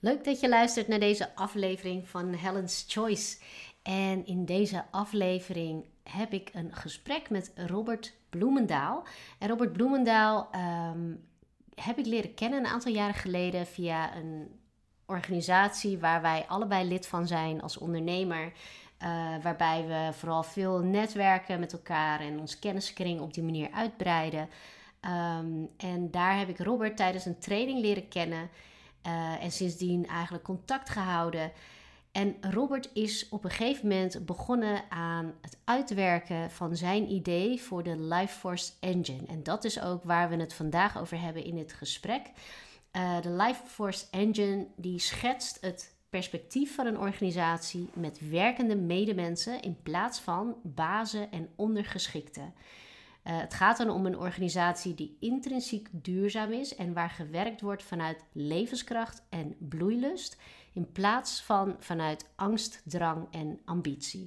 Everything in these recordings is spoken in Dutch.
Leuk dat je luistert naar deze aflevering van Helen's Choice. En in deze aflevering heb ik een gesprek met Robert Bloemendaal. En Robert Bloemendaal heb ik leren kennen een aantal jaren geleden via een organisatie waar wij allebei lid van zijn als ondernemer. Waarbij we vooral veel netwerken met elkaar en ons kenniskring op die manier uitbreiden. En daar heb ik Robert tijdens een training leren kennen. En sindsdien eigenlijk contact gehouden. En Robert is op een gegeven moment begonnen aan het uitwerken van zijn idee voor de LifeForce Engine. En dat is ook waar we het vandaag over hebben in dit gesprek. De LifeForce Engine die schetst het perspectief van een organisatie met werkende medemensen in plaats van bazen en ondergeschikten. Het gaat dan om een organisatie die intrinsiek duurzaam is en waar gewerkt wordt vanuit levenskracht en bloeilust in plaats van vanuit angst, drang en ambitie.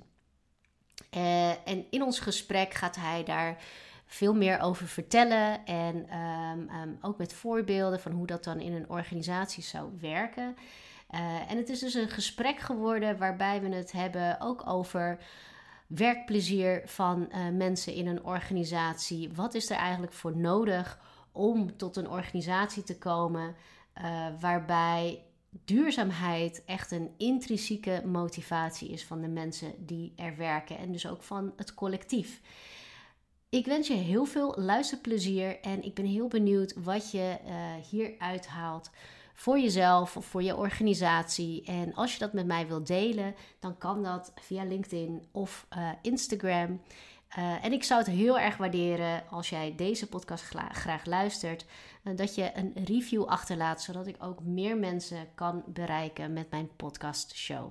En in ons gesprek gaat hij daar veel meer over vertellen en ook met voorbeelden van hoe dat dan in een organisatie zou werken. En het is dus een gesprek geworden waarbij we het hebben ook over werkplezier van mensen in een organisatie. Wat is er eigenlijk voor nodig om tot een organisatie te komen waarbij duurzaamheid echt een intrinsieke motivatie is van de mensen die er werken en dus ook van het collectief. Ik wens je heel veel luisterplezier en ik ben heel benieuwd wat je hieruit haalt voor jezelf of voor je organisatie. En als je dat met mij wilt delen, dan kan dat via LinkedIn of Instagram. En ik zou het heel erg waarderen als jij deze podcast graag luistert, dat je een review achterlaat, zodat ik ook meer mensen kan bereiken met mijn podcastshow.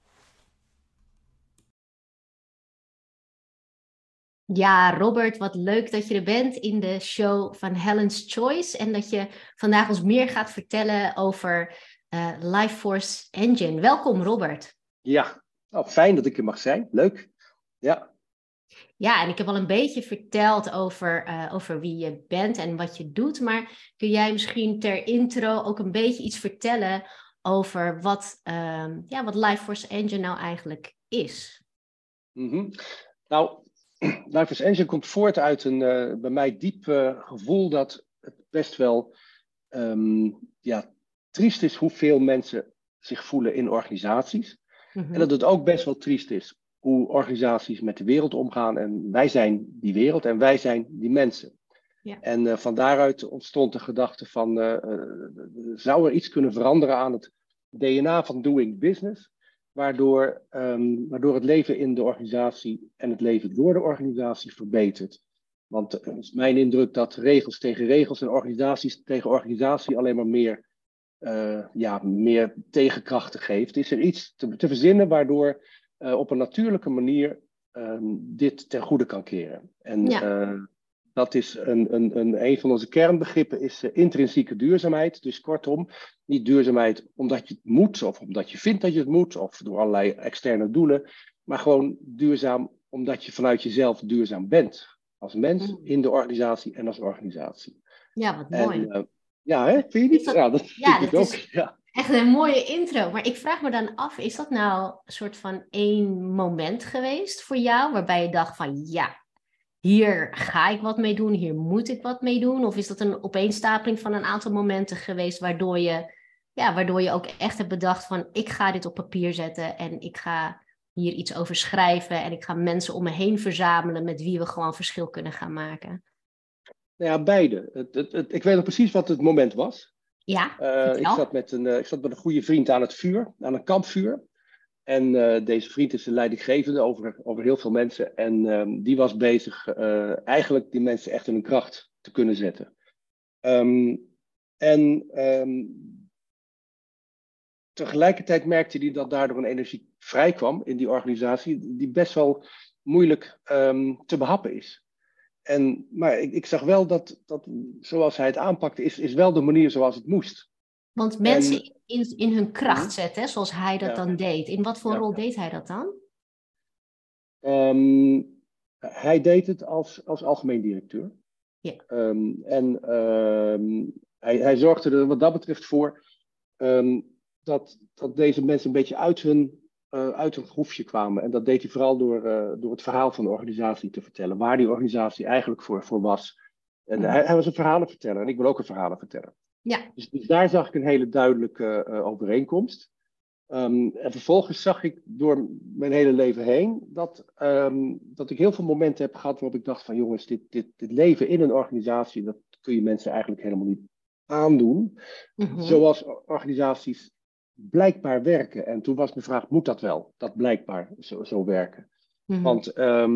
Ja, Robert, wat leuk dat je er bent in de show van Helen's Choice. En dat je vandaag ons meer gaat vertellen over LifeForce Engine. Welkom, Robert. Ja, nou, fijn dat ik er mag zijn. Leuk. Ja. Ja, en ik heb al een beetje verteld over wie je bent en wat je doet. Maar kun jij misschien ter intro ook een beetje iets vertellen over wat LifeForce Engine nou eigenlijk is? Nou, LifeForce Engine komt voort uit een bij mij diep gevoel dat het best wel triest is hoeveel mensen zich voelen in organisaties. Mm-hmm. En dat het ook best wel triest is hoe organisaties met de wereld omgaan. En wij zijn die wereld en wij zijn die mensen. Ja. En van daaruit ontstond de gedachte van, zou er iets kunnen veranderen aan het DNA van doing business, waardoor het leven in de organisatie en het leven door de organisatie verbetert. Want het is mijn indruk dat regels tegen regels en organisaties tegen organisatie alleen maar meer tegenkrachten geeft. Is er iets te verzinnen waardoor op een natuurlijke manier dit ten goede kan keren? En dat is een van onze kernbegrippen is intrinsieke duurzaamheid. Dus kortom, niet duurzaamheid omdat je het moet of omdat je vindt dat je het moet of door allerlei externe doelen. Maar gewoon duurzaam omdat je vanuit jezelf duurzaam bent. Als mens, in de organisatie en als organisatie. Ja, wat mooi. Ja, hè? Vind je niet? Dat vind ik ook. Ja. Echt een mooie intro. Maar ik vraag me dan af, is dat nou een soort van één moment geweest voor jou waarbij je dacht van ja, hier ga ik wat mee doen, hier moet ik wat mee doen? Of is dat een opeenstapeling van een aantal momenten geweest waardoor je ook echt hebt bedacht van ik ga dit op papier zetten en ik ga hier iets over schrijven en ik ga mensen om me heen verzamelen met wie we gewoon verschil kunnen gaan maken? Nou ja, beide. Ik weet nog precies wat het moment was. Ja, ik zat met een goede vriend aan het vuur, aan een kampvuur. En deze vriend is de leidinggevende over heel veel mensen. En die was bezig eigenlijk die mensen echt in hun kracht te kunnen zetten. Tegelijkertijd merkte hij dat daardoor een energie vrijkwam in die organisatie die best wel moeilijk te behappen is. Maar ik zag wel dat zoals hij het aanpakte, is wel de manier zoals het moest. Want mensen in hun kracht zetten, zoals hij dat dan deed. In wat voor rol deed hij dat dan? Hij deed het als algemeen directeur. Ja. Hij zorgde er wat dat betreft voor dat deze mensen een beetje uit hun groefje kwamen. En dat deed hij vooral door het verhaal van de organisatie te vertellen. Waar die organisatie eigenlijk voor was. En hij was een verhalenverteller en ik wil ook een verhalenverteller. Ja. Dus daar zag ik een hele duidelijke overeenkomst. En vervolgens zag ik door mijn hele leven heen dat ik heel veel momenten heb gehad waarop ik dacht van jongens, dit leven in een organisatie, dat kun je mensen eigenlijk helemaal niet aandoen. Zoals organisaties blijkbaar werken. En toen was mijn vraag, moet dat wel? Dat blijkbaar zo werken? Want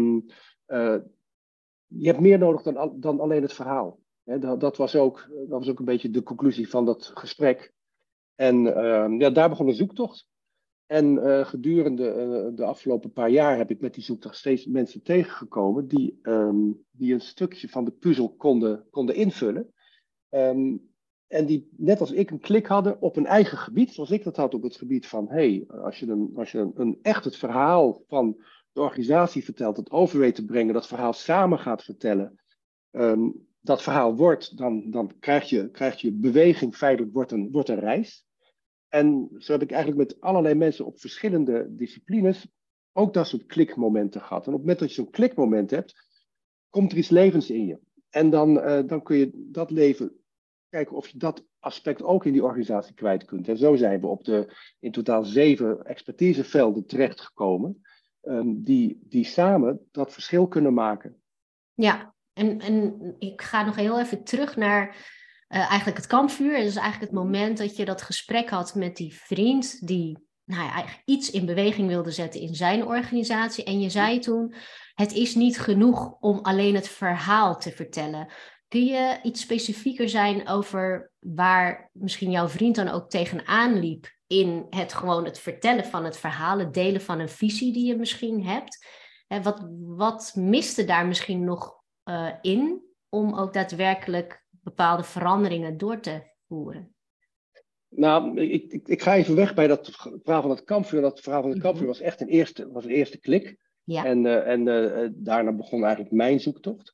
je hebt meer nodig dan alleen het verhaal. Dat was ook een beetje de conclusie van dat gesprek. En daar begon een zoektocht. En gedurende de afgelopen paar jaar heb ik met die zoektocht steeds mensen tegengekomen die een stukje van de puzzel konden invullen. En die net als ik een klik hadden op een eigen gebied, zoals ik dat had op het gebied van, als je echt het verhaal van de organisatie vertelt, het over weet te brengen, dat verhaal samen gaat vertellen, dat verhaal dan krijg je beweging, feitelijk wordt een reis. En zo heb ik eigenlijk met allerlei mensen op verschillende disciplines ook dat soort klikmomenten gehad. En op het moment dat je zo'n klikmoment hebt, komt er iets levens in je. En dan kun je dat leven kijken of je dat aspect ook in die organisatie kwijt kunt. En zo zijn we op in totaal 7 expertisevelden terechtgekomen, die samen dat verschil kunnen maken. Ja, en ik ga nog heel even terug naar eigenlijk het kampvuur. Het is eigenlijk het moment dat je dat gesprek had met die vriend die eigenlijk iets in beweging wilde zetten in zijn organisatie. En je zei toen, het is niet genoeg om alleen het verhaal te vertellen. Kun je iets specifieker zijn over waar misschien jouw vriend dan ook tegenaan liep in het vertellen van het verhaal, het delen van een visie die je misschien hebt? Wat miste daar misschien nog in om ook daadwerkelijk bepaalde veranderingen door te voeren? Nou, ik ga even weg bij dat verhaal van het kampvuur. Dat verhaal van het kampvuur was echt een eerste klik. Ja. En daarna begon eigenlijk mijn zoektocht.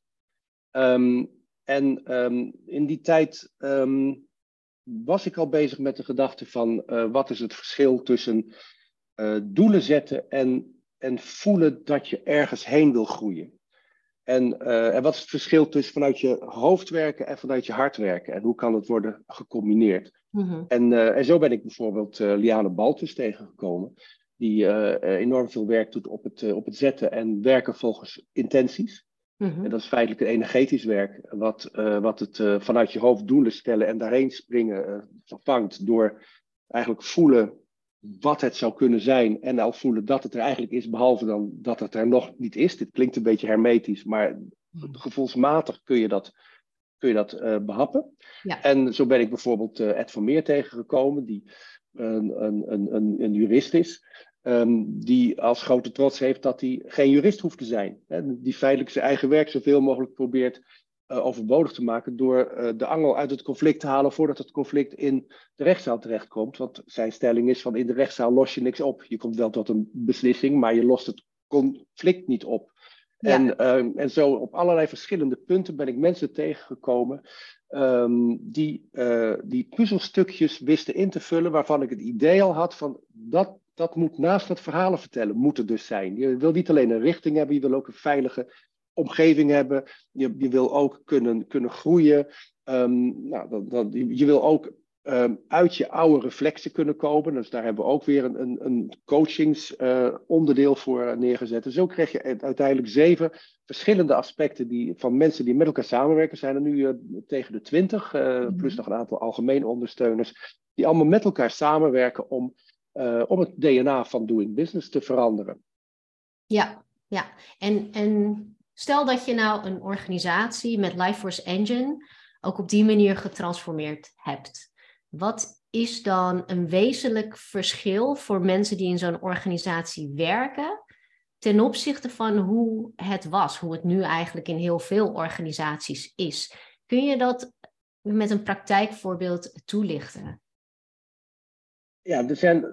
In die tijd was ik al bezig met de gedachte van wat is het verschil tussen doelen zetten en voelen dat je ergens heen wil groeien. En wat is het verschil tussen vanuit je hoofd werken en vanuit je hart werken? En hoe kan het worden gecombineerd? En zo ben ik bijvoorbeeld Liane Baltus tegengekomen, die enorm veel werk doet op het zetten en werken volgens intenties. En dat is feitelijk een energetisch werk, wat het vanuit je hoofd doelen stellen en daarheen springen vervangt door eigenlijk voelen wat het zou kunnen zijn en al voelen dat het er eigenlijk is, behalve dan dat het er nog niet is. Dit klinkt een beetje hermetisch, maar gevoelsmatig kun je dat behappen. Ja. En zo ben ik bijvoorbeeld Ed van Meer tegengekomen, die een jurist is, die als grote trots heeft dat hij geen jurist hoeft te zijn. Hè, die feitelijk zijn eigen werk zoveel mogelijk probeert overbodig te maken door de angel uit het conflict te halen voordat het conflict in de rechtszaal terechtkomt. Want zijn stelling is van in de rechtszaal los je niks op. Je komt wel tot een beslissing, maar je lost het conflict niet op. Ja. En zo op allerlei verschillende punten ben ik mensen tegengekomen die puzzelstukjes wisten in te vullen waarvan ik het idee al had van dat moet naast het verhalen vertellen, moet er dus zijn. Je wil niet alleen een richting hebben, je wil ook een veilige omgeving hebben. Je wil ook kunnen groeien. Je wil ook uit je oude reflexen kunnen komen. Dus daar hebben we ook weer een coachingsonderdeel voor neergezet. En zo krijg je uiteindelijk 7 verschillende aspecten van mensen die met elkaar samenwerken. Zijn er nu tegen de 20, plus nog een aantal algemene ondersteuners, die allemaal met elkaar samenwerken om het DNA van Doing Business te veranderen. Ja. En stel dat je nou een organisatie met LifeForce Engine ook op die manier getransformeerd hebt. Wat is dan een wezenlijk verschil voor mensen die in zo'n organisatie werken ten opzichte van hoe het was, hoe het nu eigenlijk in heel veel organisaties is? Kun je dat met een praktijkvoorbeeld toelichten? Ja,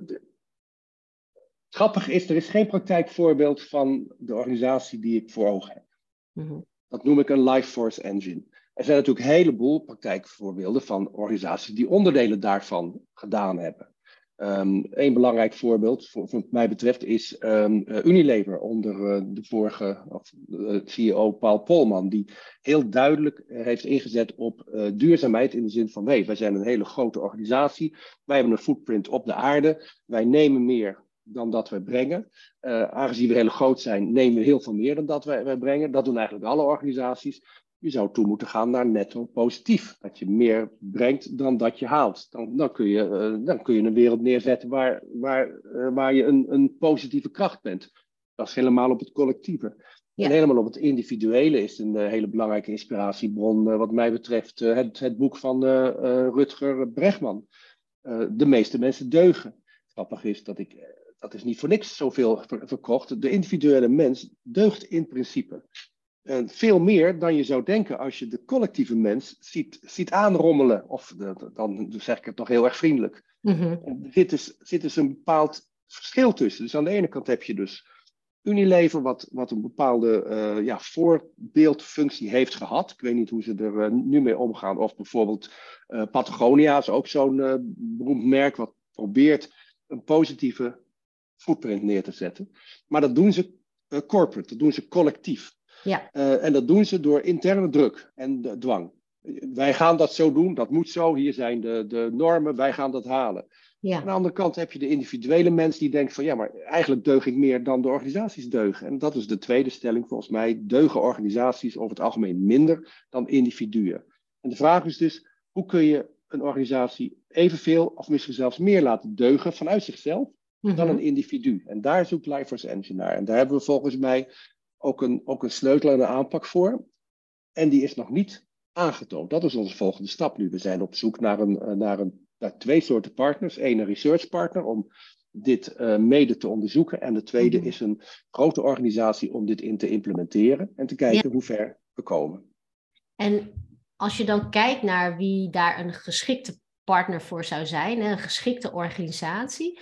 grappig is, er is geen praktijkvoorbeeld van de organisatie die ik voor ogen heb. Dat noem ik een LifeForce Engine. Er zijn natuurlijk een heleboel praktijkvoorbeelden van organisaties die onderdelen daarvan gedaan hebben. Een belangrijk voorbeeld, voor wat mij betreft, is Unilever onder de vorige CEO Paul Polman, die heel duidelijk heeft ingezet op duurzaamheid in de zin van, wij zijn een hele grote organisatie, wij hebben een footprint op de aarde, wij nemen meer dan dat we brengen. Aangezien we heel groot zijn, nemen we heel veel meer dan dat wij brengen. Dat doen eigenlijk alle organisaties. Je zou toe moeten gaan naar netto positief. Dat je meer brengt dan dat je haalt. Dan kun je een wereld neerzetten waar je een positieve kracht bent. Dat is helemaal op het collectieve. Ja. En helemaal op het individuele is een hele belangrijke inspiratiebron. Wat mij betreft het boek van Rutger Bregman. De meeste mensen deugen. Grappig is dat is niet voor niks zoveel verkocht. De individuele mens deugt in principe. Veel meer dan je zou denken als je de collectieve mens ziet aanrommelen. Of dan zeg ik het nog heel erg vriendelijk. Mm-hmm. Er zit dus een bepaald verschil tussen. Dus aan de ene kant heb je dus Unilever, wat een bepaalde voorbeeldfunctie heeft gehad. Ik weet niet hoe ze er nu mee omgaan. Of bijvoorbeeld Patagonia is ook zo'n beroemd merk wat probeert een positieve footprint neer te zetten. Maar dat doen ze corporate, dat doen ze collectief. Ja. En dat doen ze door interne druk en dwang. Wij gaan dat zo doen, dat moet zo, hier zijn de normen, wij gaan dat halen. Ja. Aan de andere kant heb je de individuele mens die denkt van maar eigenlijk deug ik meer dan de organisaties deugen. En dat is de tweede stelling volgens mij, deugen organisaties over het algemeen minder dan individuen. En de vraag is dus, hoe kun je een organisatie evenveel of misschien zelfs meer laten deugen vanuit zichzelf dan een individu? En daar zoekt LifeForce Engine naar. En daar hebben we volgens mij ook een sleutel en een aanpak voor. En die is nog niet aangetoond. Dat is onze volgende stap nu. We zijn op zoek naar twee soorten partners. Eén, een research partner om dit mede te onderzoeken. En de tweede is een grote organisatie om dit in te implementeren. En te kijken hoe ver we komen. En als je dan kijkt naar wie daar een geschikte partner voor zou zijn, een geschikte organisatie.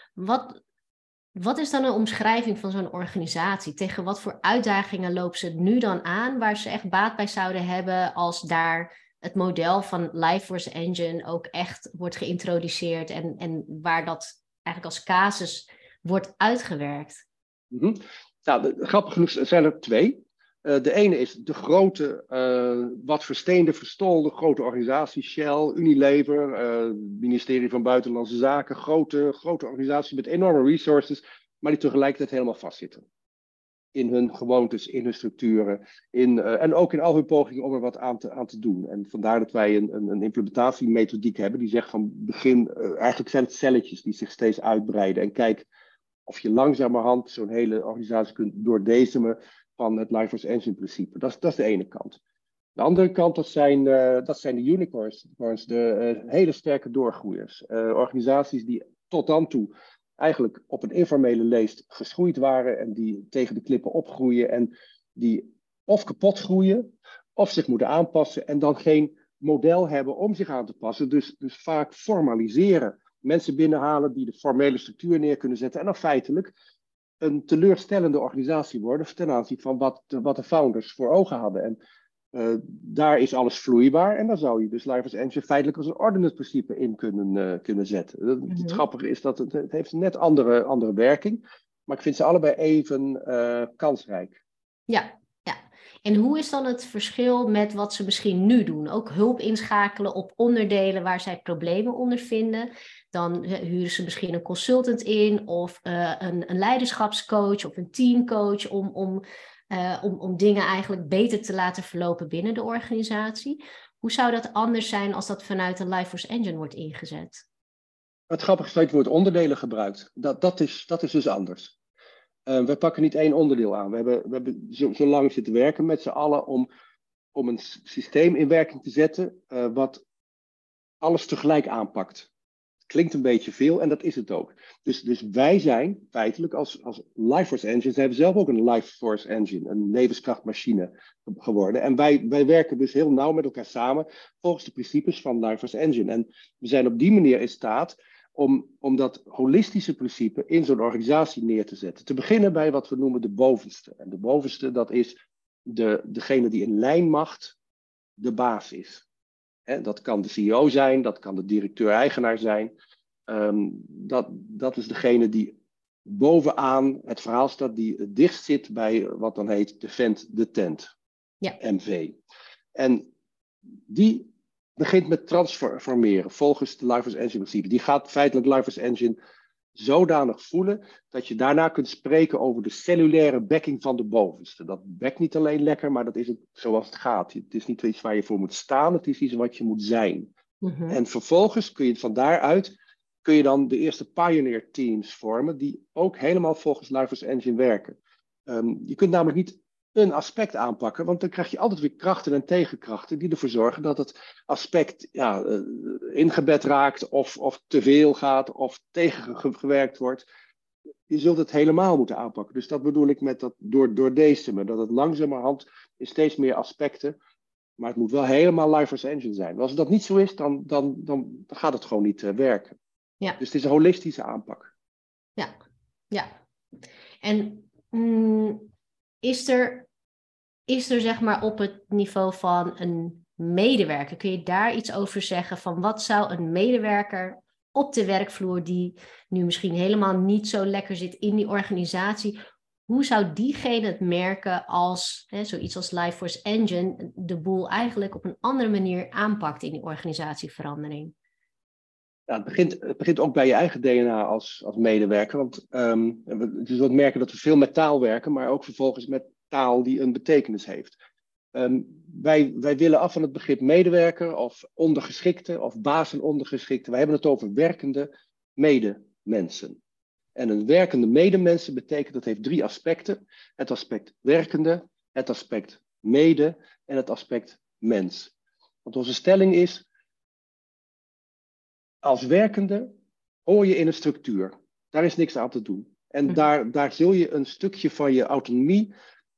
Wat is dan een omschrijving van zo'n organisatie? Tegen wat voor uitdagingen lopen ze nu dan aan, waar ze echt baat bij zouden hebben als daar het model van LifeForce Engine ook echt wordt geïntroduceerd en waar dat eigenlijk als casus wordt uitgewerkt? Mm-hmm. Nou, grappig genoeg zijn er twee. De ene is de grote, wat versteende, verstolde grote organisaties, Shell, Unilever, ministerie van Buitenlandse Zaken, grote organisaties met enorme resources, maar die tegelijkertijd helemaal vastzitten. In hun gewoontes, in hun structuren, en ook in al hun pogingen om er wat aan te doen. En vandaar dat wij een implementatiemethodiek hebben die zegt van begin, eigenlijk zijn het celletjes die zich steeds uitbreiden. En kijk of je langzamerhand zo'n hele organisatie kunt doordezemen van het LifeForce Engine principe. Dat is de ene kant. De andere kant, dat zijn de unicorns, de hele sterke doorgroeiers. Organisaties die tot dan toe eigenlijk op een informele leest geschoeid waren en die tegen de klippen opgroeien en die of kapot groeien of zich moeten aanpassen en dan geen model hebben om zich aan te passen. Dus vaak formaliseren, mensen binnenhalen die de formele structuur neer kunnen zetten en dan feitelijk een teleurstellende organisatie worden ten aanzien van wat de founders voor ogen hadden. En daar is alles vloeibaar en dan zou je dus LifeForce Engine feitelijk als een ordinance principe in kunnen zetten. Het grappige is dat het heeft een net andere werking, maar ik vind ze allebei even kansrijk. Ja. En hoe is dan het verschil met wat ze misschien nu doen? Ook hulp inschakelen op onderdelen waar zij problemen ondervinden. Dan huren ze misschien een consultant in of een leiderschapscoach of een teamcoach om dingen eigenlijk beter te laten verlopen binnen de organisatie. Hoe zou dat anders zijn als dat vanuit de LifeForce Engine wordt ingezet? Het grappige is dat het woord onderdelen gebruikt. Dat is dus anders. We pakken niet één onderdeel aan. We hebben zo lang zitten werken met z'n allen om een systeem in werking te zetten wat alles tegelijk aanpakt. Het klinkt een beetje veel en dat is het ook. Dus wij zijn feitelijk als LifeForce Engine, ze hebben zelf ook een LifeForce Engine, een levenskrachtmachine geworden. En wij werken dus heel nauw met elkaar samen volgens de principes van LifeForce Engine. En we zijn op die manier in staat om dat holistische principe in zo'n organisatie neer te zetten. Te beginnen bij wat we noemen de bovenste. En de bovenste, dat is degene die in lijnmacht de baas is. Dat kan de CEO zijn, dat kan de directeur-eigenaar zijn. Dat is degene die bovenaan het verhaal staat, die het dichtst zit bij wat dan heet de vent de tent, Ja. MV. En die begint met transformeren volgens de Life Engine principe. Die gaat feitelijk Life Engine zodanig voelen dat je daarna kunt spreken over de cellulaire bekking van de bovenste. Dat bekt niet alleen lekker, maar dat is het zoals het gaat. Het is niet iets waar je voor moet staan, het is iets wat je moet zijn. Mm-hmm. En vervolgens kun je van daaruit dan de eerste pioneer teams vormen die ook helemaal volgens Life Engine werken. Je kunt namelijk niet een aspect aanpakken, want dan krijg je altijd weer krachten en tegenkrachten die ervoor zorgen dat het aspect ingebed raakt of te veel gaat of tegengewerkt wordt. Je zult het helemaal moeten aanpakken. Dus dat bedoel ik met dat door deze, dat het langzamerhand in steeds meer aspecten, maar het moet wel helemaal Life Engine zijn. Als dat niet zo is, dan gaat het gewoon niet werken. Ja. Dus het is een holistische aanpak. Ja. En is er zeg maar op het niveau van een medewerker, kun je daar iets over zeggen van wat zou een medewerker op de werkvloer die nu misschien helemaal niet zo lekker zit in die organisatie, hoe zou diegene het merken als zoiets als LifeForce Engine de boel eigenlijk op een andere manier aanpakt in die organisatieverandering? Ja, het begint ook bij je eigen DNA als medewerker. Want je zult merken dat we veel met taal werken, maar ook vervolgens met taal die een betekenis heeft. Wij willen af van het begrip medewerker of ondergeschikte of baas en ondergeschikte. Wij hebben het over werkende medemensen. En een werkende medemensen betekent dat heeft 3 aspecten. Het aspect werkende, het aspect mede en het aspect mens. Want onze stelling is, als werkende hoor je in een structuur. Daar is niks aan te doen. En daar zul je een stukje van je autonomie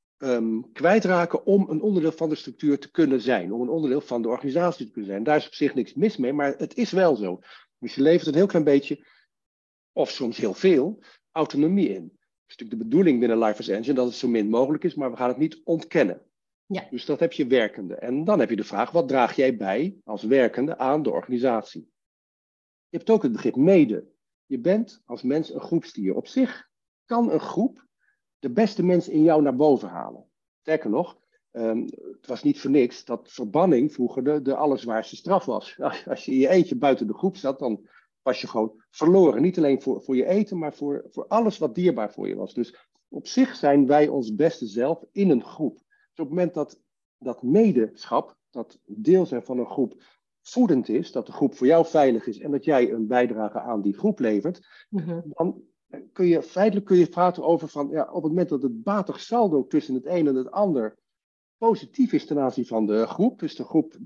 kwijtraken om een onderdeel van de structuur te kunnen zijn. Om een onderdeel van de organisatie te kunnen zijn. Daar is op zich niks mis mee, maar het is wel zo. Dus je levert een heel klein beetje, of soms heel veel, autonomie in. Het is natuurlijk de bedoeling binnen Life Engine dat het zo min mogelijk is, maar we gaan het niet ontkennen. Ja. Dus dat heb je werkende. En dan heb je de vraag, wat draag jij bij als werkende aan de organisatie? Je hebt ook het begrip mede. Je bent als mens een groepsdier. Op zich kan een groep de beste mensen in jou naar boven halen. Sterker nog, het was niet voor niks dat verbanning vroeger de allerzwaarste straf was. Als je in je eentje buiten de groep zat, dan was je gewoon verloren. Niet alleen voor je eten, maar voor alles wat dierbaar voor je was. Dus op zich zijn wij ons beste zelf in een groep. Dus op het moment dat medeskap, dat deel zijn van een groep, voedend is, dat de groep voor jou veilig is en dat jij een bijdrage aan die groep levert, dan kun je feitelijk praten over van, op het moment dat het batig saldo tussen het een en het ander positief is ten aanzien van de groep, dus de groep,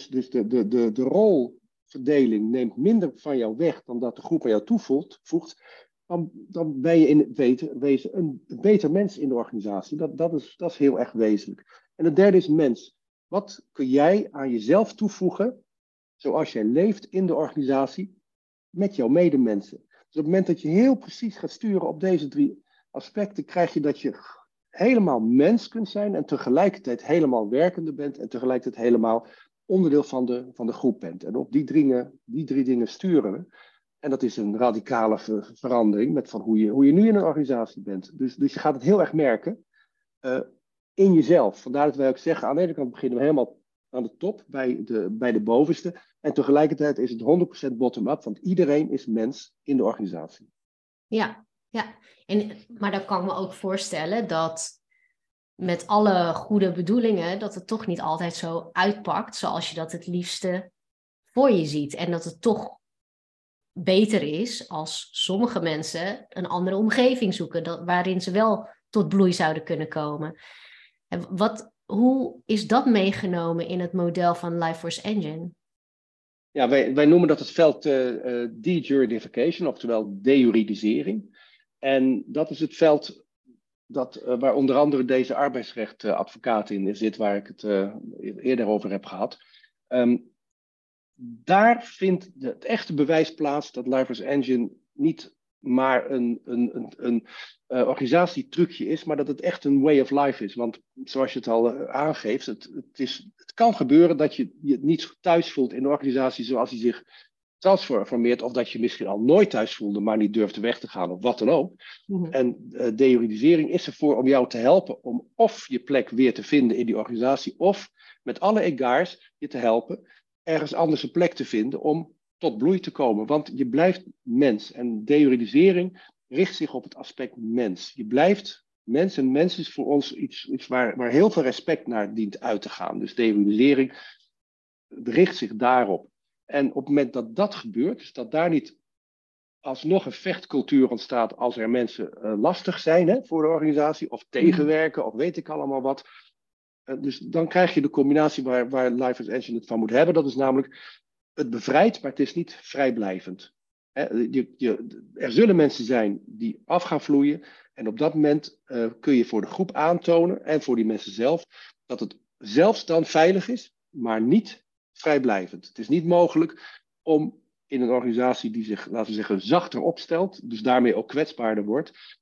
de rolverdeling neemt minder van jou weg dan dat de groep aan jou toevoegt, dan ben je in wezen een beter mens in de organisatie. Dat is heel erg wezenlijk. En het derde is mens. Wat kun jij aan jezelf toevoegen zoals jij leeft in de organisatie met jouw medemensen? Dus op het moment dat je heel precies gaat sturen op deze 3 aspecten, krijg je dat je helemaal mens kunt zijn en tegelijkertijd helemaal werkende bent en tegelijkertijd helemaal onderdeel van de groep bent. En op die 3 dingen sturen we. En dat is een radicale verandering met van hoe je nu in een organisatie bent. Dus je gaat het heel erg merken in jezelf. Vandaar dat wij ook zeggen, aan de ene kant beginnen we helemaal aan de top, bij de bovenste. En tegelijkertijd is het 100% bottom-up, want iedereen is mens in de organisatie. Ja. Maar dan kan ik me ook voorstellen dat met alle goede bedoelingen, dat het toch niet altijd zo uitpakt zoals je dat het liefste voor je ziet. En dat het toch beter is als sommige mensen een andere omgeving zoeken, waarin ze wel tot bloei zouden kunnen komen. En hoe is dat meegenomen in het model van LifeForce Engine? Ja, wij noemen dat het veld de-juridification, oftewel dejuridisering. En dat is het veld waar onder andere deze arbeidsrechtadvocaat in zit, waar ik het eerder over heb gehad. Daar vindt het echte bewijs plaats dat LifeForce Engine niet maar een organisatietrucje is, maar dat het echt een way of life is. Want zoals je het al aangeeft, het kan gebeuren dat je je niet thuis voelt in de organisatie zoals die zich transformeert, of dat je misschien al nooit thuis voelde, maar niet durfde weg te gaan, of wat dan ook. Mhm. En dejuridisering is ervoor om jou te helpen om of je plek weer te vinden in die organisatie, of met alle egaars je te helpen ergens anders een plek te vinden om tot bloei te komen. Want je blijft mens. En dejuridisering richt zich op het aspect mens. Je blijft mens. En mens is voor ons iets waar heel veel respect naar dient uit te gaan. Dus dejuridisering richt zich daarop. En op het moment dat dat gebeurt, dus dat daar niet alsnog een vechtcultuur ontstaat als er mensen lastig zijn voor de organisatie, of tegenwerken, of weet ik allemaal wat. Dus dan krijg je de combinatie waar Life Engine het van moet hebben. Dat is namelijk, het bevrijdt, maar het is niet vrijblijvend. Er zullen mensen zijn die af gaan vloeien. En op dat moment kun je voor de groep aantonen, en voor die mensen zelf, dat het zelfs dan veilig is, maar niet vrijblijvend. Het is niet mogelijk om in een organisatie die zich, laten we zeggen, zachter opstelt, dus daarmee ook kwetsbaarder wordt,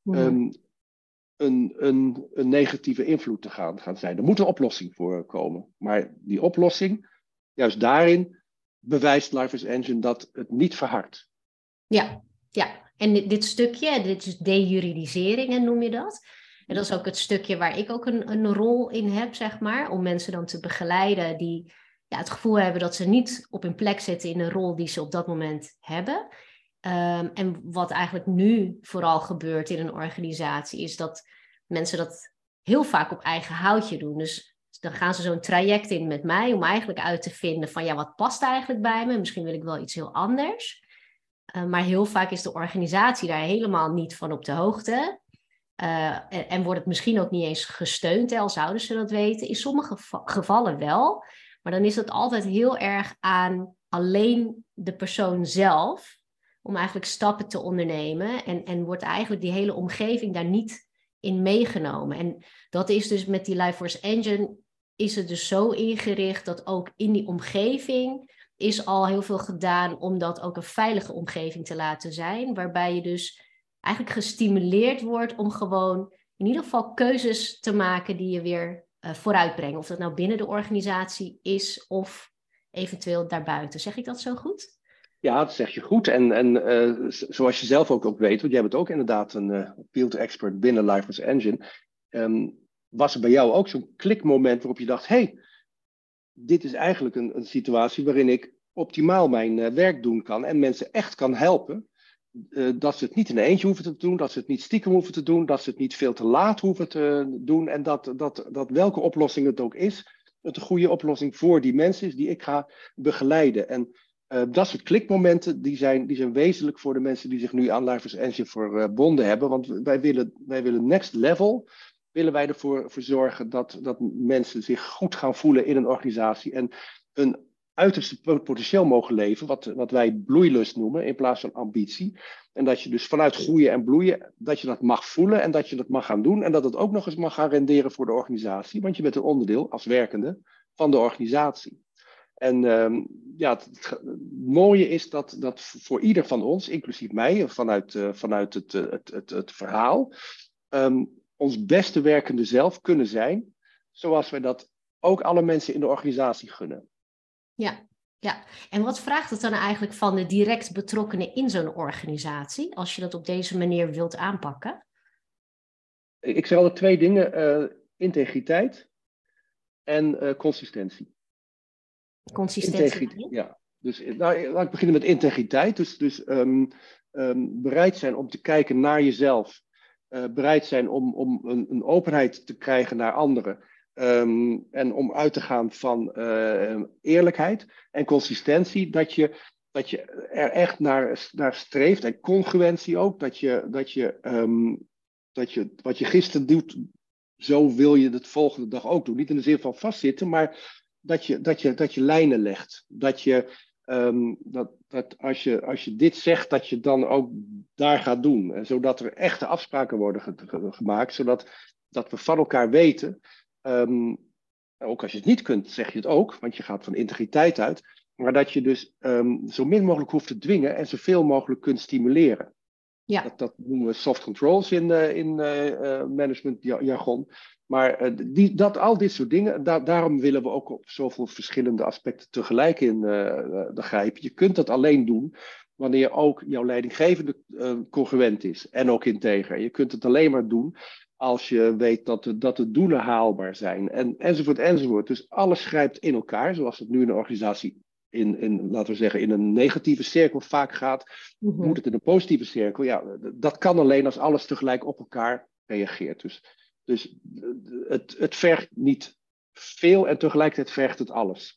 een negatieve invloed te gaan zijn. Er moet een oplossing voor komen. Maar die oplossing, juist daarin, bewijst Life Engine dat het niet verhardt. Ja. En dit stukje, dit is dejuridisering, noem je dat? En dat is ook het stukje waar ik ook een rol in heb, zeg maar, om mensen dan te begeleiden die het gevoel hebben dat ze niet op hun plek zitten in een rol die ze op dat moment hebben. En wat eigenlijk nu vooral gebeurt in een organisatie, is dat mensen dat heel vaak op eigen houtje doen. Dus dan gaan ze zo'n traject in met mij om eigenlijk uit te vinden van wat past eigenlijk bij me? Misschien wil ik wel iets heel anders. Maar heel vaak is de organisatie daar helemaal niet van op de hoogte. En wordt het misschien ook niet eens gesteund, al zouden ze dat weten. In sommige gevallen wel. Maar dan is dat altijd heel erg aan alleen de persoon zelf om eigenlijk stappen te ondernemen. En wordt eigenlijk die hele omgeving daar niet in meegenomen. En dat is dus met die LifeForce Engine, is het dus zo ingericht dat ook in die omgeving is al heel veel gedaan om dat ook een veilige omgeving te laten zijn. Waarbij je dus eigenlijk gestimuleerd wordt om gewoon in ieder geval keuzes te maken die je weer vooruitbrengen. Of dat nou binnen de organisatie is of eventueel daarbuiten. Zeg ik dat zo goed? Ja, dat zeg je goed. En zoals je zelf ook weet, want jij bent ook inderdaad een field expert binnen LifeForce Engine. Was er bij jou ook zo'n klikmoment waarop je dacht, hey, dit is eigenlijk een situatie waarin ik optimaal mijn werk doen kan en mensen echt kan helpen. Dat ze het niet in een eentje hoeven te doen, dat ze het niet stiekem hoeven te doen, dat ze het niet veel te laat hoeven te doen. En dat welke oplossing het ook is, het een goede oplossing voor die mensen is die ik ga begeleiden. En dat soort klikmomenten die zijn wezenlijk voor de mensen die zich nu aan LifeForce Engine verbonden hebben. Want wij willen next level, willen wij ervoor zorgen dat mensen zich goed gaan voelen in een organisatie en een uiterste potentieel mogen leven, wat wij bloeilust noemen, in plaats van ambitie. En dat je dus vanuit groeien en bloeien, dat je dat mag voelen en dat je dat mag gaan doen en dat het ook nog eens mag gaan renderen voor de organisatie, want je bent een onderdeel als werkende van de organisatie. En het mooie is dat voor ieder van ons, inclusief mij, vanuit het verhaal, ons beste werkende zelf kunnen zijn, zoals wij dat ook alle mensen in de organisatie gunnen. Ja. En wat vraagt het dan eigenlijk van de direct betrokkenen in zo'n organisatie, als je dat op deze manier wilt aanpakken? Ik zeg altijd 2 dingen, integriteit en consistentie. Consistentie? Ja. Dus laat ik beginnen met integriteit. Dus bereid zijn om te kijken naar jezelf. Bereid zijn om een openheid te krijgen naar anderen. En om uit te gaan van eerlijkheid en consistentie. Dat je er echt naar streeft. En congruentie ook. Dat je wat je gisteren doet, zo wil je het volgende dag ook doen. Niet in de zin van vastzitten, maar dat je lijnen legt. Dat als je dit zegt, dat je dan ook daar gaat doen. En zodat er echte afspraken worden gemaakt, zodat we van elkaar weten. Ook als je het niet kunt, zeg je het ook, want je gaat van integriteit uit. Maar dat je dus zo min mogelijk hoeft te dwingen en zoveel mogelijk kunt stimuleren. Ja. Dat noemen we soft controls in management jargon. Maar al dit soort dingen, daarom willen we ook op zoveel verschillende aspecten tegelijk in de grijpen. Je kunt dat alleen doen wanneer ook jouw leidinggevende congruent is en ook integer. Je kunt het alleen maar doen als je weet dat de doelen haalbaar zijn enzovoort enzovoort. Dus alles grijpt in elkaar, zoals het nu in de organisatie laten we zeggen, in een negatieve cirkel vaak gaat, moet het in een positieve cirkel. Ja, dat kan alleen als alles tegelijk op elkaar reageert. Dus het vergt niet veel en tegelijkertijd vergt het alles.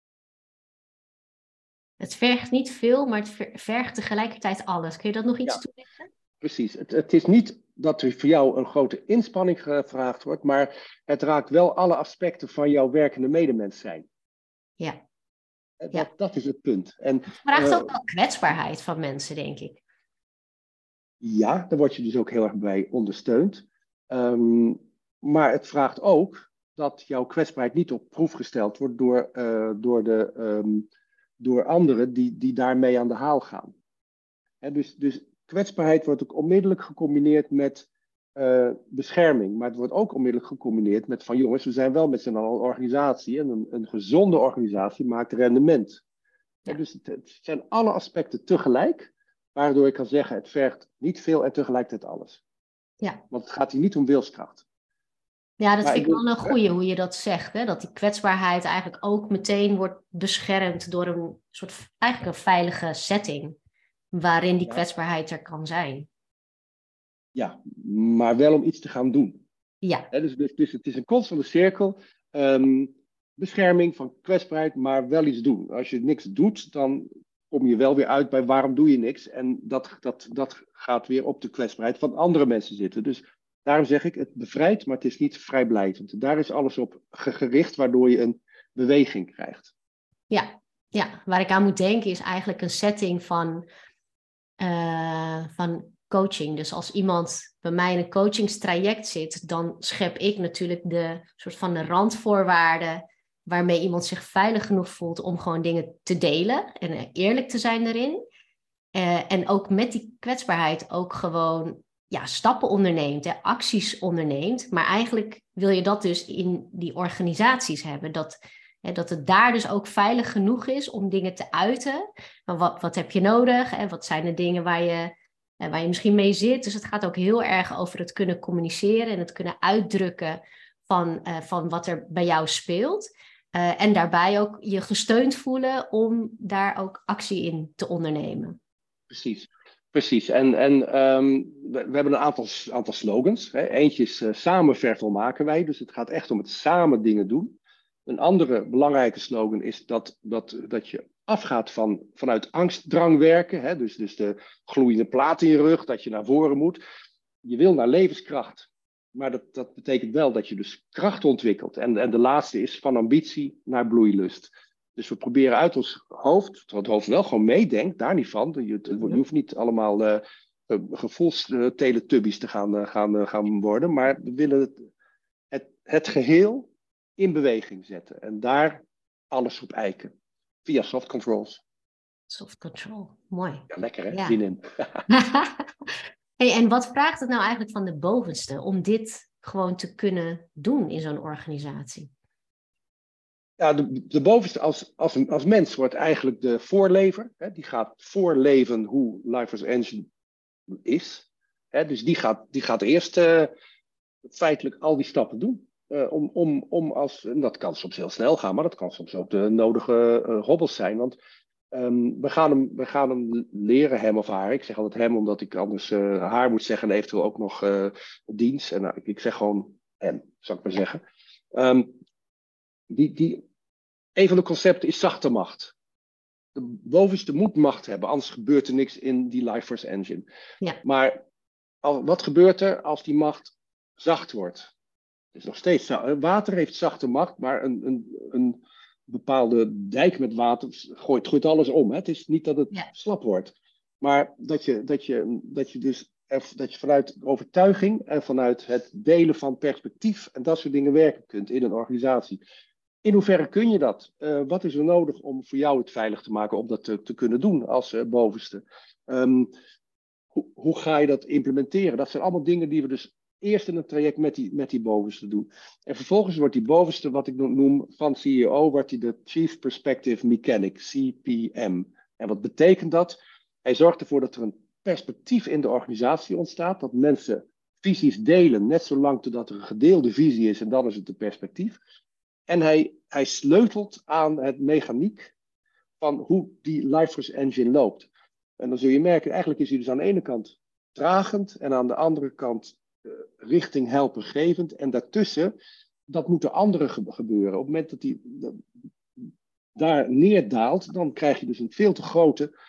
Het vergt niet veel, maar het vergt tegelijkertijd alles. Kun je dat nog iets toelichten? Precies. Het is niet dat er voor jou een grote inspanning gevraagd wordt, maar het raakt wel alle aspecten van jouw werkende medemens zijn. Ja. Dat is het punt. En, het vraagt ook wel kwetsbaarheid van mensen, denk ik. Ja, daar word je dus ook heel erg bij ondersteund. Maar het vraagt ook dat jouw kwetsbaarheid niet op proef gesteld wordt door anderen die daarmee aan de haal gaan. Dus kwetsbaarheid wordt ook onmiddellijk gecombineerd met bescherming. Maar het wordt ook onmiddellijk gecombineerd met van jongens, we zijn wel met z'n allen een organisatie. En een gezonde organisatie maakt rendement. Ja. Dus het zijn alle aspecten tegelijk. Waardoor ik kan zeggen, het vergt niet veel en tegelijkertijd alles. Ja. Want het gaat hier niet om wilskracht. Ja, dat vind ik wel een goeie hoe je dat zegt. Hè? Dat die kwetsbaarheid eigenlijk ook meteen wordt beschermd door een soort, eigenlijk een veilige setting. Waarin die kwetsbaarheid er kan zijn. Ja, maar wel om iets te gaan doen. Ja. Dus het is een constante cirkel. Bescherming van kwetsbaarheid, maar wel iets doen. Als je niks doet, dan kom je wel weer uit bij waarom doe je niks. En dat gaat weer op de kwetsbaarheid van andere mensen zitten. Dus daarom zeg ik, het bevrijdt, maar het is niet vrijblijvend. Daar is alles op gericht, waardoor je een beweging krijgt. Ja, waar ik aan moet denken is eigenlijk een setting van coaching. Dus als iemand bij mij in een coachingstraject zit, dan schep ik natuurlijk de soort van de randvoorwaarden waarmee iemand zich veilig genoeg voelt om gewoon dingen te delen en eerlijk te zijn daarin. En ook met die kwetsbaarheid ook gewoon stappen onderneemt, acties onderneemt. Maar eigenlijk wil je dat dus in die organisaties hebben. Dat het daar dus ook veilig genoeg is om dingen te uiten. Maar wat heb je nodig? En wat zijn de dingen waar je misschien mee zit? Dus het gaat ook heel erg over het kunnen communiceren en het kunnen uitdrukken van wat er bij jou speelt. En daarbij ook je gesteund voelen om daar ook actie in te ondernemen. Precies. En we hebben een aantal slogans. Hè. Eentje is samen vervolmaken wij. Dus het gaat echt om het samen dingen doen. Een andere belangrijke slogan is dat je afgaat vanuit angstdrang werken. Hè. Dus de gloeiende plaat in je rug, dat je naar voren moet. Je wil naar levenskracht. Maar dat betekent wel dat je dus kracht ontwikkelt. En de laatste is van ambitie naar bloeilust. Dus we proberen uit ons hoofd, terwijl het hoofd wel gewoon meedenkt, daar niet van. Je hoeft niet allemaal gevoelsteletubbies te gaan worden. Maar we willen het geheel in beweging zetten. En daar alles op eiken. Via soft controls. Soft control, mooi. Ja, lekker hè, zin in. Hey, en wat vraagt het nou eigenlijk van de bovenste om dit gewoon te kunnen doen in zo'n organisatie? Ja, de bovenste als mens wordt eigenlijk de voorlever. Hè, die gaat voorleven hoe LifeForce Engine is. Hè, dus die gaat eerst feitelijk al die stappen doen. En dat kan soms heel snel gaan, maar dat kan soms ook de nodige hobbels zijn. Want we gaan hem leren, hem of haar. Ik zeg altijd hem, omdat ik anders haar moet zeggen en eventueel ook nog dienst. En ik zeg gewoon hem, zou ik maar zeggen. Een van de concepten is zachte macht. De bovenste moet macht hebben, anders gebeurt er niks in die LifeForce Engine. Ja. Maar wat gebeurt er als die macht zacht wordt? Het is nog steeds water heeft zachte macht, maar een bepaalde dijk met water gooit alles om. Hè? Het is niet dat het slap wordt, maar dat je vanuit overtuiging en vanuit het delen van perspectief en dat soort dingen werken kunt in een organisatie. In hoeverre kun je dat? Wat is er nodig om voor jou het veilig te maken om dat te kunnen doen als bovenste? hoe ga je dat implementeren? Dat zijn allemaal dingen die we dus eerst in het traject met die bovenste doen. En vervolgens wordt die bovenste, wat ik noem van CEO, wordt hij de Chief Perspective Mechanic, CPM. En wat betekent dat? Hij zorgt ervoor dat er een perspectief in de organisatie ontstaat, dat mensen visies delen, net zolang totdat er een gedeelde visie is en dan is het de perspectief. En hij sleutelt aan het mechaniek van hoe die LifeForce Engine loopt. En dan zul je merken, eigenlijk is hij dus aan de ene kant dragend en aan de andere kant richting helpergevend. En daartussen, dat moet de andere gebeuren. Op het moment dat hij daar neerdaalt, dan krijg je dus een veel te grote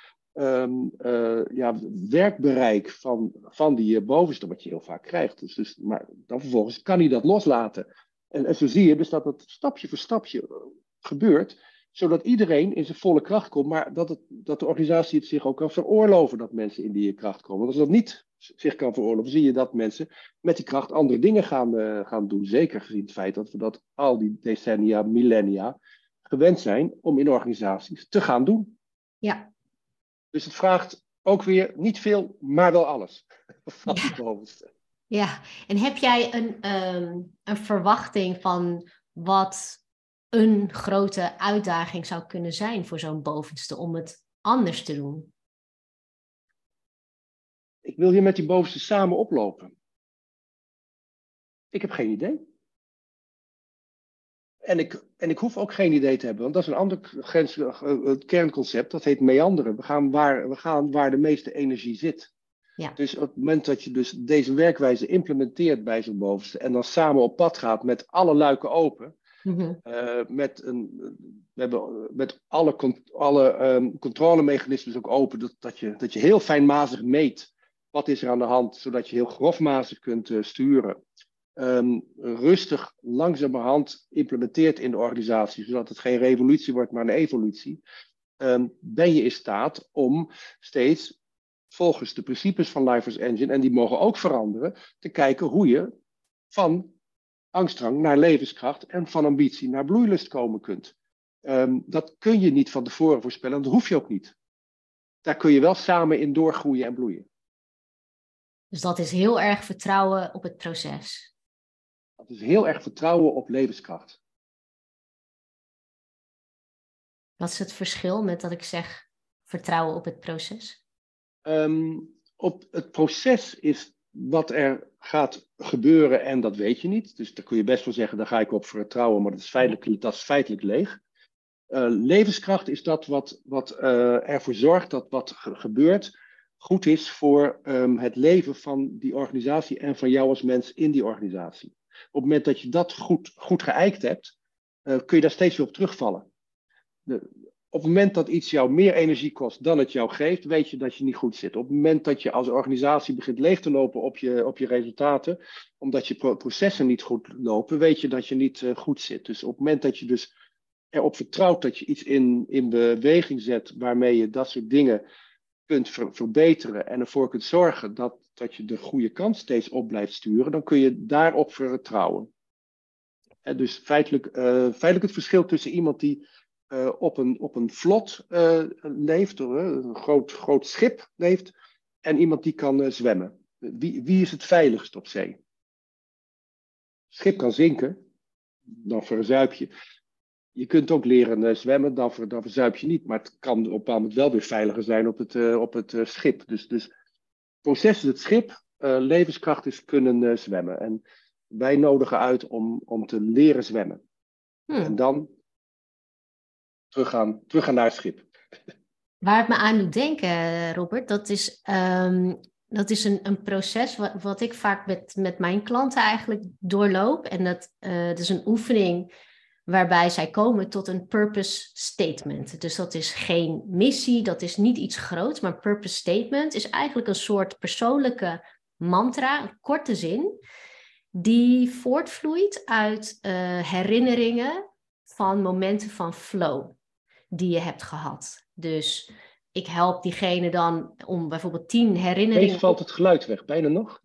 werkbereik van die bovenste, wat je heel vaak krijgt. Maar dan vervolgens kan hij dat loslaten. En zo zie je dus dat het stapje voor stapje gebeurt, zodat iedereen in zijn volle kracht komt, maar dat de organisatie het zich ook kan veroorloven dat mensen in die kracht komen. Want als dat niet zich kan veroorloven, zie je dat mensen met die kracht andere dingen gaan doen. Zeker gezien het feit dat we dat al die decennia, millennia gewend zijn om in organisaties te gaan doen. Ja. Dus het vraagt ook weer niet veel, maar wel alles van die bovenste. Ja, en heb jij een verwachting van wat een grote uitdaging zou kunnen zijn voor zo'n bovenste om het anders te doen? Ik wil hier met die bovenste samen oplopen. Ik heb geen idee. En ik hoef ook geen idee te hebben, want dat is een ander kernconcept, dat heet meanderen. We gaan waar de meeste energie zit. Ja. Dus op het moment dat je dus deze werkwijze implementeert bij zo'n bovenste en dan samen op pad gaat met alle luiken open, met alle controlemechanismen ook open, dat je heel fijnmazig meet wat is er aan de hand, zodat je heel grofmazig kunt sturen. Rustig, langzamerhand implementeert in de organisatie, zodat het geen revolutie wordt, maar een evolutie, ben je in staat om steeds volgens de principes van LifeForce Engine, en die mogen ook veranderen, te kijken hoe je van angstdrang naar levenskracht en van ambitie naar bloeilust komen kunt. Dat kun je niet van tevoren voorspellen, en dat hoef je ook niet. Daar kun je wel samen in doorgroeien en bloeien. Dus dat is heel erg vertrouwen op het proces. Dat is heel erg vertrouwen op levenskracht. Wat is het verschil met dat ik zeg vertrouwen op het proces? Op het proces is wat er gaat gebeuren en dat weet je niet. Dus daar kun je best wel zeggen, daar ga ik op vertrouwen, maar dat is feitelijk leeg. Levenskracht is dat wat ervoor zorgt dat wat gebeurt goed is voor het leven van die organisatie en van jou als mens in die organisatie. Op het moment dat je dat goed geëikt hebt, kun je daar steeds weer op terugvallen. Op het moment dat iets jou meer energie kost dan het jou geeft, weet je dat je niet goed zit. Op het moment dat je als organisatie begint leeg te lopen op je resultaten, omdat je processen niet goed lopen, weet je dat je niet goed zit. Dus op het moment dat je dus erop vertrouwt dat je iets in beweging zet waarmee je dat soort dingen kunt verbeteren en ervoor kunt zorgen dat je de goede kant steeds op blijft sturen, dan kun je daarop vertrouwen. En dus feitelijk het verschil tussen iemand die op een vlot leeft, een groot schip leeft, en iemand die kan zwemmen. Wie is het veiligst op zee? Het schip kan zinken, dan verzuip je. Je kunt ook leren zwemmen, dan verzuip je niet. Maar het kan op een bepaald moment wel weer veiliger zijn op het schip. Dus proces is het schip, levenskracht is kunnen zwemmen. En wij nodigen uit om te leren zwemmen. En dan terug gaan naar het schip. Waar het me aan doet denken, Robert, dat is een proces wat ik vaak met mijn klanten eigenlijk doorloop. En dat is een oefening waarbij zij komen tot een purpose statement. Dus dat is geen missie, dat is niet iets groots, maar purpose statement is eigenlijk een soort persoonlijke mantra, een korte zin, die voortvloeit uit herinneringen van momenten van flow die je hebt gehad. Dus ik help diegene dan om bijvoorbeeld 10 herinneringen... Ineens valt het geluid weg, bijna nog.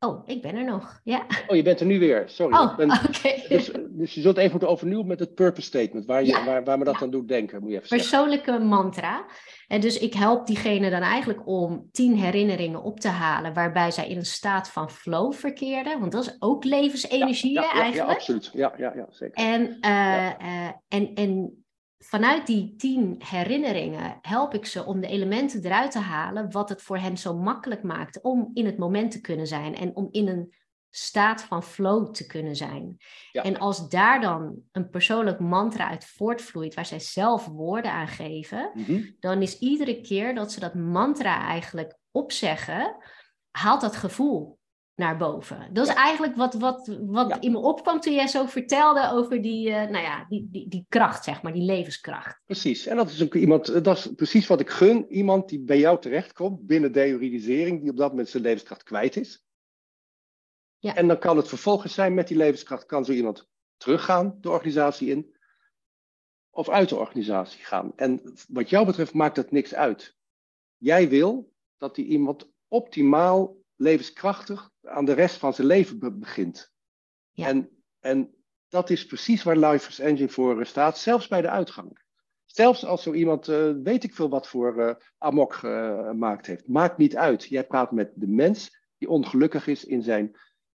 Oh, ik ben er nog. Ja. Oh, je bent er nu weer. Sorry. Oh, oké. Dus je zult even moeten overnieuwen met het purpose statement. Ja, Waar me dat ja. aan doet denken, moet je even zeggen. Persoonlijke mantra. En dus ik help diegene dan eigenlijk om 10 herinneringen op te halen waarbij zij in een staat van flow verkeerden. Want dat is ook levensenergie hè, Ja, eigenlijk. absoluut. Ja, zeker. En, Ja. en vanuit die 10 herinneringen help ik ze om de elementen eruit te halen, wat het voor hen zo makkelijk maakt om in het moment te kunnen zijn en om in een staat van flow te kunnen zijn. Ja. En als daar dan een persoonlijk mantra uit voortvloeit, waar zij zelf woorden aan geven, dan is iedere keer dat ze dat mantra eigenlijk opzeggen, haalt dat gevoel naar boven. Dat is eigenlijk wat in me opkwam toen jij zo vertelde over die kracht, zeg maar, die levenskracht. Precies. En dat is ook iemand, dat is precies wat ik gun. Iemand die bij jou terechtkomt binnen dejuridisering, die op dat moment zijn levenskracht kwijt is. Ja. En dan kan het vervolgens zijn met die levenskracht, kan zo iemand teruggaan de organisatie in of uit de organisatie gaan. En wat jou betreft maakt dat niks uit. Jij wil dat die iemand optimaal levenskrachtig aan de rest van zijn leven begint. Ja. En dat is precies waar Lifers Engine voor staat, zelfs bij de uitgang. Zelfs als zo iemand, weet ik veel wat voor amok gemaakt heeft. Maakt niet uit. Jij praat met de mens die ongelukkig is in zijn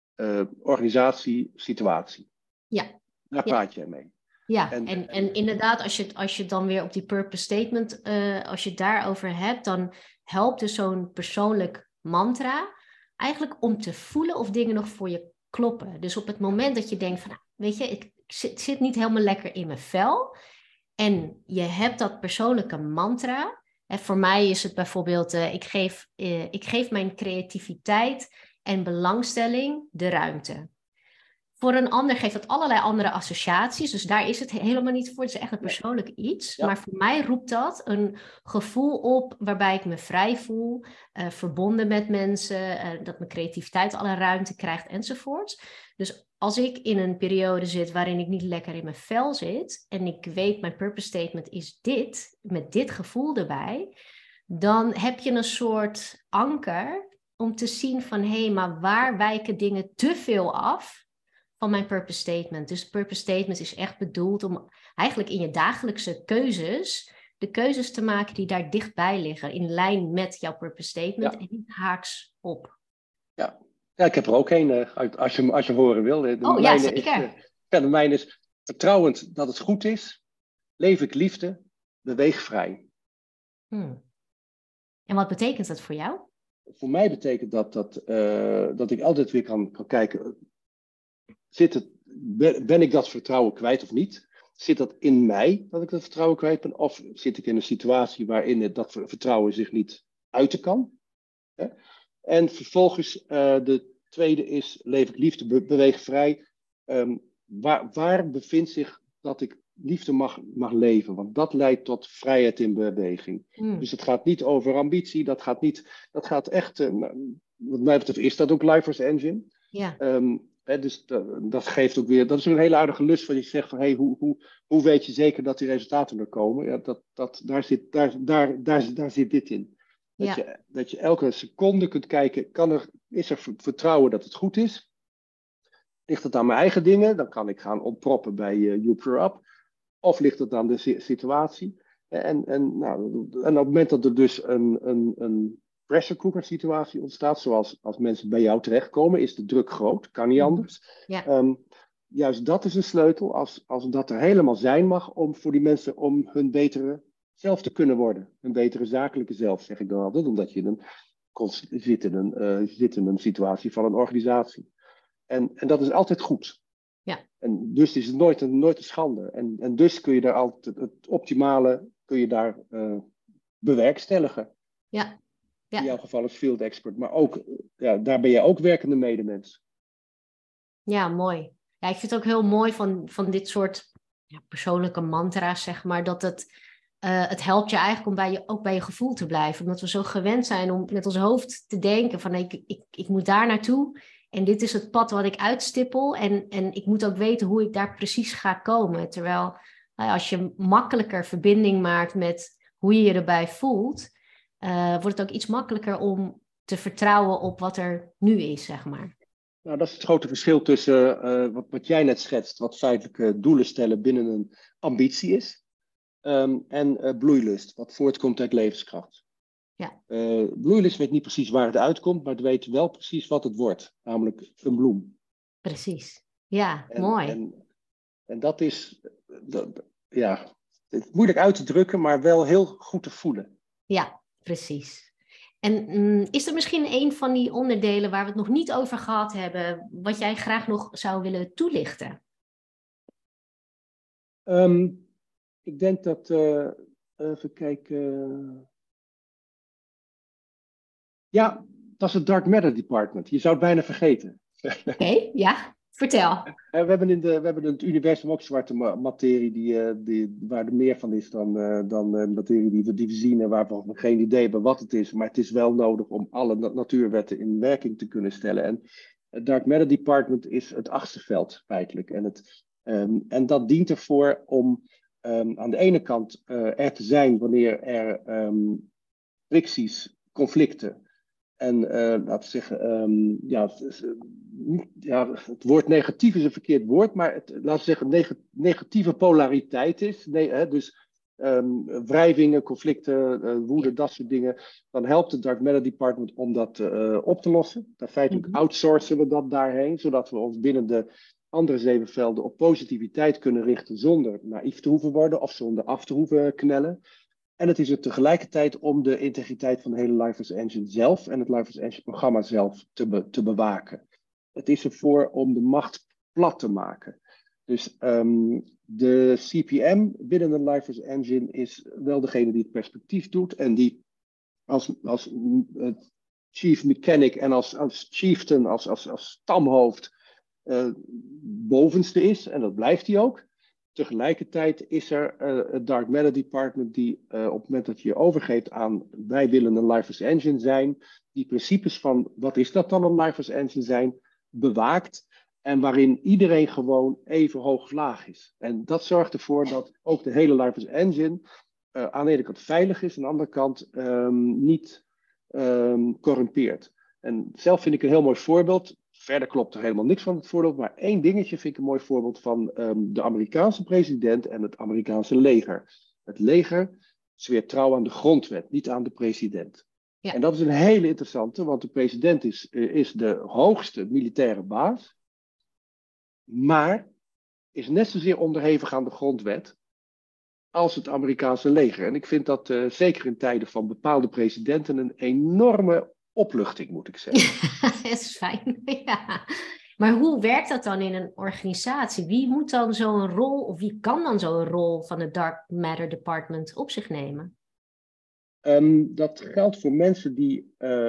organisatiesituatie. Ja. Daar praat jij mee. Ja, en inderdaad, als je dan weer op die purpose statement, als je het daarover hebt, dan helpt dus zo'n persoonlijk mantra eigenlijk om te voelen of dingen nog voor je kloppen. Dus op het moment dat je denkt van, nou, weet je, ik zit niet helemaal lekker in mijn vel en je hebt dat persoonlijke mantra. En voor mij is het bijvoorbeeld, ik geef mijn creativiteit en belangstelling de ruimte. Voor een ander geeft dat allerlei andere associaties. Dus daar is het helemaal niet voor. Het is echt een persoonlijk iets. Ja. Maar voor mij roept dat een gevoel op waarbij ik me vrij voel. Verbonden met mensen. Dat mijn creativiteit alle ruimte krijgt enzovoort. Dus als ik in een periode zit waarin ik niet lekker in mijn vel zit. En ik weet mijn purpose statement is dit. Met dit gevoel erbij. Dan heb je een soort anker om te zien van hé, maar waar wijken dingen te veel af van mijn purpose statement. Dus purpose statement is echt bedoeld om eigenlijk in je dagelijkse keuzes de keuzes te maken die daar dichtbij liggen, in lijn met jouw purpose statement en niet haaks op. Ja, ik heb er ook een, als je horen wil. Ja, zeker. De mijne is vertrouwend dat het goed is, leef ik liefde, beweeg vrij. En wat betekent dat voor jou? Voor mij betekent dat ik altijd weer kan kijken, ben ik dat vertrouwen kwijt of niet? Zit dat in mij dat ik dat vertrouwen kwijt ben? Of zit ik in een situatie waarin dat vertrouwen zich niet uiten kan? En vervolgens de tweede is, leef ik liefde, beweeg vrij. Waar bevindt zich dat ik liefde mag leven? Want dat leidt tot vrijheid in beweging. Dus het gaat niet over ambitie, dat gaat echt, wat mij betreft is dat ook Lifers Engine. Ja. Dus dat geeft ook weer, dat is een hele aardige lust van je zegt van, hoe weet je zeker dat die resultaten er komen? Ja, daar zit dit in. Dat je elke seconde kunt kijken, is er vertrouwen dat het goed is? Ligt het aan mijn eigen dingen? Dan kan ik gaan opproppen bij YouProUp. Of ligt het aan de situatie? En op het moment dat er dus een pressure cooker situatie ontstaat, zoals als mensen bij jou terechtkomen, is de druk groot, kan niet anders. Ja. Juist dat is een sleutel, als dat er helemaal zijn mag, om voor die mensen om hun betere zelf te kunnen worden. Een betere zakelijke zelf, zeg ik dan altijd, omdat je zit in een situatie van een organisatie. En dat is altijd goed. Ja. En dus is het nooit een schande. En dus kun je daar altijd het optimale bewerkstelligen. Ja. In jouw geval als field expert, maar ook, daar ben je ook werkende medemens. Ja, mooi. Ja, ik vind het ook heel mooi van dit soort persoonlijke mantra's, zeg maar, dat het helpt je eigenlijk om ook bij je gevoel te blijven. Omdat we zo gewend zijn om met ons hoofd te denken van ik moet daar naartoe en dit is het pad wat ik uitstippel en ik moet ook weten hoe ik daar precies ga komen. Terwijl als je makkelijker verbinding maakt met hoe je je erbij voelt, wordt het ook iets makkelijker om te vertrouwen op wat er nu is, zeg maar. Nou, dat is het grote verschil tussen wat jij net schetst, wat feitelijke doelen stellen binnen een ambitie is, en bloeilust, wat voortkomt uit levenskracht. Ja. Bloeilust weet niet precies waar het uitkomt, maar het weet wel precies wat het wordt, namelijk een bloem. Precies. Ja, En, mooi. en dat is, ja, het is moeilijk uit te drukken, maar wel heel goed te voelen. Ja, precies. En is er misschien een van die onderdelen waar we het nog niet over gehad hebben, wat jij graag nog zou willen toelichten? Ik denk dat, even kijken. Ja, dat is het Dark Matter Department. Je zou het bijna vergeten. Oké, ja, vertel. We hebben in het universum ook zwarte materie waar er meer van is dan materie die we zien en waarvan we geen idee hebben wat het is. Maar het is wel nodig om alle natuurwetten in werking te kunnen stellen. En het Dark Matter Department is het achtste veld feitelijk. En dat dient ervoor om aan de ene kant er te zijn wanneer er fricties, conflicten. En laten we zeggen, het woord negatief is een verkeerd woord, maar laten we zeggen negatieve polariteit is. Dus wrijvingen, conflicten, woede, dat soort dingen. Dan helpt het Dark Matter Department om dat op te lossen. Dan feitelijk outsourcen we dat daarheen, zodat we ons binnen de andere zeven velden op positiviteit kunnen richten zonder naïef te hoeven worden of zonder af te hoeven knellen. En het is er tegelijkertijd om de integriteit van de hele Lifers Engine zelf en het Lifers Engine programma zelf te bewaken. Het is ervoor om de macht plat te maken. Dus de CPM binnen de Lifers Engine is wel degene die het perspectief doet en die als chief mechanic en als chieftain, als stamhoofd bovenste is. En dat blijft hij ook. Tegelijkertijd is er het Dark Matter Department die op het moment dat je je overgeeft aan wij willen een Lifers Engine zijn, die principes van wat is dat dan een Lifers Engine zijn, bewaakt en waarin iedereen gewoon even hoog of laag is. En dat zorgt ervoor dat ook de hele Lifers Engine aan de ene kant veilig is, aan de andere kant niet corrumpeert. En zelf vind ik een heel mooi voorbeeld. Verder klopt er helemaal niks van het voorbeeld, maar één dingetje vind ik een mooi voorbeeld van de Amerikaanse president en het Amerikaanse leger. Het leger zweert trouw aan de grondwet, niet aan de president. Ja. En dat is een hele interessante, want de president is de hoogste militaire baas, maar is net zozeer onderhevig aan de grondwet als het Amerikaanse leger. En ik vind dat zeker in tijden van bepaalde presidenten een enorme opluchting, moet ik zeggen. Dat is fijn, ja. Maar hoe werkt dat dan in een organisatie? Wie moet dan zo'n rol, of wie kan dan zo'n rol van het Dark Matter Department op zich nemen? Dat geldt voor mensen die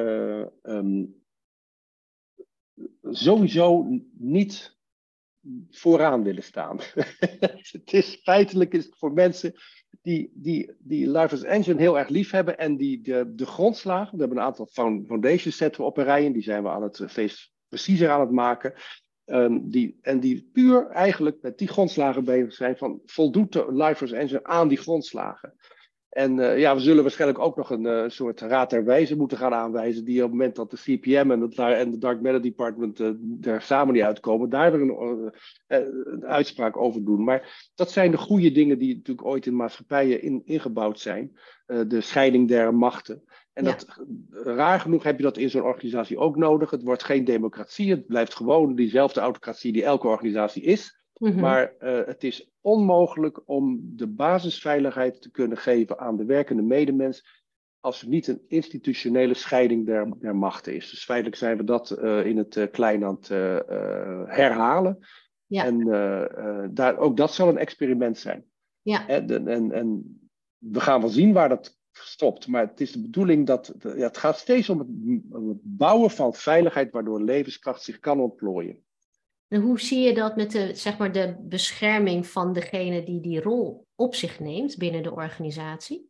sowieso niet vooraan willen staan. Feitelijk is het voor mensen die Lifers Engine heel erg lief hebben en die de grondslagen, we hebben een aantal foundations zetten we op een rij en die zijn we aan het steeds preciezer aan het maken. Die puur eigenlijk met die grondslagen bezig zijn van voldoet de Lifers Engine aan die grondslagen. En we zullen waarschijnlijk ook nog een soort raad der wijzen moeten gaan aanwijzen, die op het moment dat de CPM en de Dark Matter Department er samen niet uitkomen, daar weer een uitspraak over doen. Maar dat zijn de goede dingen die natuurlijk ooit in maatschappijen ingebouwd zijn. De scheiding der machten. En raar genoeg heb je dat in zo'n organisatie ook nodig. Het wordt geen democratie, het blijft gewoon diezelfde autocratie die elke organisatie is. Mm-hmm. Maar het is onmogelijk om de basisveiligheid te kunnen geven aan de werkende medemens als er niet een institutionele scheiding der machten is. Dus feitelijk zijn we dat in het klein aan het herhalen. Ja. En ook dat zal een experiment zijn. Ja. En we gaan wel zien waar dat stopt. Maar het is de bedoeling dat het gaat steeds om het bouwen van veiligheid waardoor levenskracht zich kan ontplooien. En hoe zie je dat met de bescherming van degene die rol op zich neemt binnen de organisatie?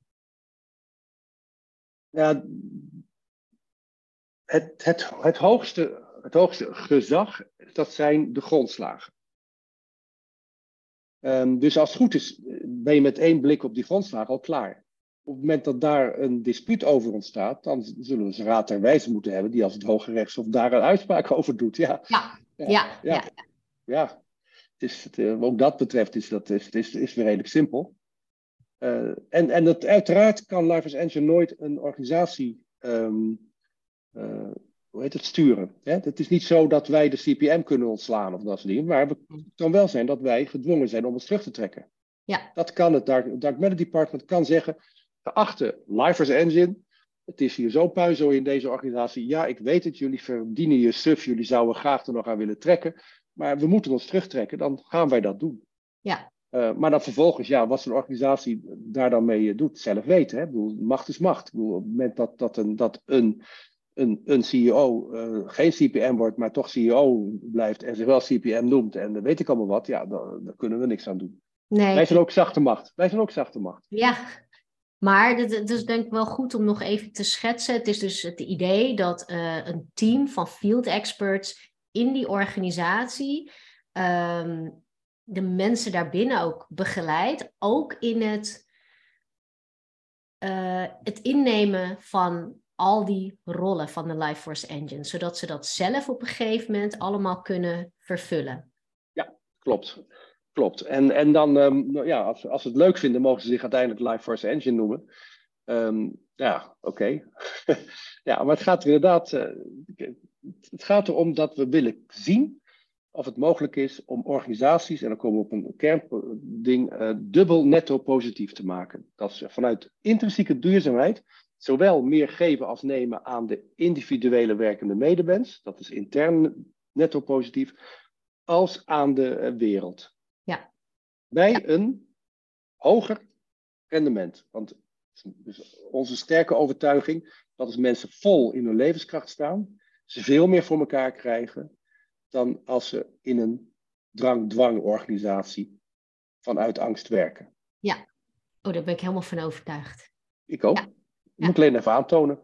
Ja, het hoogste gezag, dat zijn de grondslagen. Dus als het goed is, ben je met één blik op die grondslagen al klaar. op het moment dat daar een dispuut over ontstaat, dan zullen we een raad der wijzen moeten hebben die als het Hoge Rechtshof daar een uitspraak over doet. Ja, Ja, ja, ja, ja, ja. ja. Ook dat betreft is weer redelijk simpel. En uiteraard kan Life as Engine nooit een organisatie sturen. Hè? Het is niet zo dat wij de CPM kunnen ontslaan of dat soort dingen, maar het kan wel zijn dat wij gedwongen zijn om ons terug te trekken. Ja. Dat kan het Dark Matter Department kan zeggen, geachte Life as Engine, het is hier zo puinzooi in deze organisatie. Ja, ik weet het, jullie verdienen je suf, jullie zouden graag er nog aan willen trekken, maar we moeten ons terugtrekken, dan gaan wij dat doen. Ja. Maar dan vervolgens, ja, wat zo'n organisatie daar dan mee doet, zelf weten. Hè? Ik bedoel, macht is macht. Ik bedoel, op het moment dat een CEO geen CPM wordt, maar toch CEO blijft en zich wel CPM noemt en dan weet ik allemaal wat, ja, dan kunnen we niks aan doen. Nee. Wij zijn ook zachte macht. Ja, maar het is denk ik wel goed om nog even te schetsen. Het is dus het idee dat een team van field experts in die organisatie de mensen daarbinnen ook begeleidt, ook in het innemen van al die rollen van de Life Force Engine, zodat ze dat zelf op een gegeven moment allemaal kunnen vervullen. Ja, klopt. En dan, als ze het leuk vinden, mogen ze zich uiteindelijk Life Force Engine noemen. Ja, oké. Ja, maar het gaat er inderdaad, het gaat erom dat we willen zien of het mogelijk is om organisaties, en dan komen we op een kernding, dubbel netto positief te maken. Dat ze vanuit intrinsieke duurzaamheid zowel meer geven als nemen aan de individuele werkende medemens, dat is intern netto positief, als aan de wereld. Ja. Bij een hoger rendement. Want dus onze sterke overtuiging dat als mensen vol in hun levenskracht staan, ze veel meer voor elkaar krijgen dan als ze in een drang-dwang-organisatie vanuit angst werken. Ja, daar ben ik helemaal van overtuigd. Ik ook. Ja. Moet ik alleen even aantonen.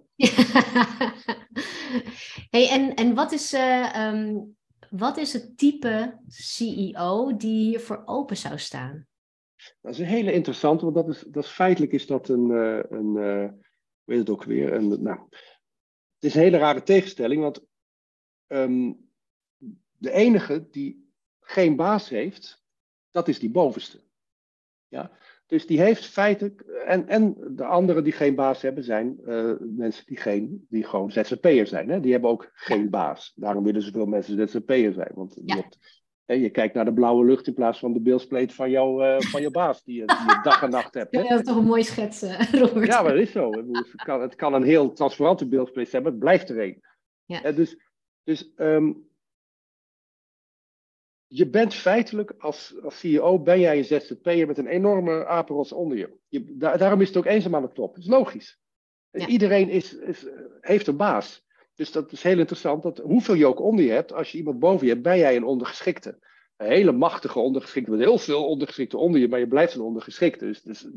Hey, en wat is het type CEO die hiervoor open zou staan? Dat is een hele interessante, want dat is feitelijk is dat hoe heet het ook weer? Het is een hele rare tegenstelling, want de enige die geen baas heeft, dat is die bovenste. Ja? Dus die heeft feitelijk, en de anderen die geen baas hebben, zijn mensen die gewoon ZZP'er zijn. Hè? Die hebben ook geen baas. Daarom willen zoveel mensen ZZP'er zijn. Want je kijkt naar de blauwe lucht in plaats van de bilspleet van jouw baas, die je dag en nacht hebt. Hè? Ja, dat is toch een mooi schetsen, Robert. Ja, maar dat is zo. Het kan een heel transparante bilspleet zijn, maar het blijft er een. Ja. Dus je bent feitelijk als CEO, ben jij een ZZP'er met een enorme apenrots onder je. Daarom is het ook eenzaam aan de top. Dat is logisch. Ja. Iedereen heeft een baas. Dus dat is heel interessant. Dat hoeveel je ook onder je hebt, als je iemand boven je hebt, ben jij een ondergeschikte. Een hele machtige ondergeschikte, met heel veel ondergeschikte onder je, maar je blijft een ondergeschikte.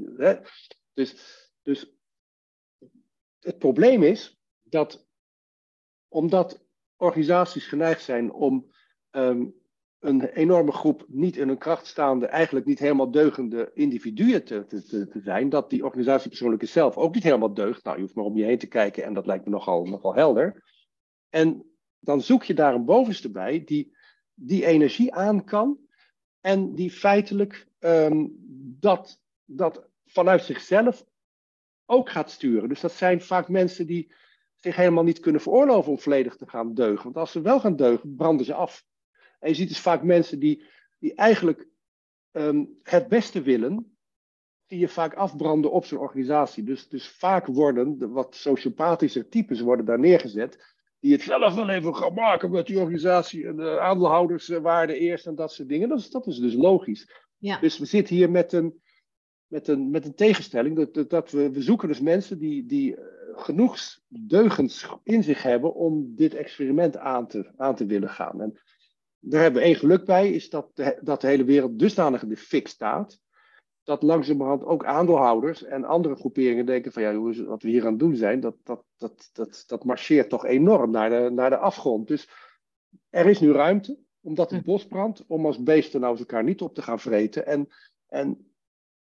Dus het probleem is dat, omdat organisaties geneigd zijn om een enorme groep niet in hun kracht staande, eigenlijk niet helemaal deugende individuen te zijn, dat die organisatiepersoonlijke zelf ook niet helemaal deugt. Nou, je hoeft maar om je heen te kijken en dat lijkt me nogal helder. En dan zoek je daar een bovenste bij die energie aan kan en die feitelijk dat vanuit zichzelf ook gaat sturen. Dus dat zijn vaak mensen die zich helemaal niet kunnen veroorloven om volledig te gaan deugen. Want als ze wel gaan deugen, branden ze af. En je ziet dus vaak mensen die eigenlijk het beste willen, die je vaak afbranden op zo'n organisatie. Dus vaak worden de wat sociopathische types worden daar neergezet, die het zelf wel even gaan maken met die organisatie en de aandeelhouderswaarde eerst en dat soort dingen. Dat is dus logisch. Ja. Dus we zitten hier met een tegenstelling, dat we zoeken dus mensen die genoeg deugens in zich hebben om dit experiment aan te willen gaan. En daar hebben we één geluk bij, is dat de hele wereld dusdanig in de fik staat, dat langzamerhand ook aandeelhouders en andere groeperingen denken van ja, jongens, wat we hier aan het doen zijn, dat marcheert toch enorm naar de afgrond. Dus er is nu ruimte, omdat het bos brandt, om als beesten nou elkaar niet op te gaan vreten. En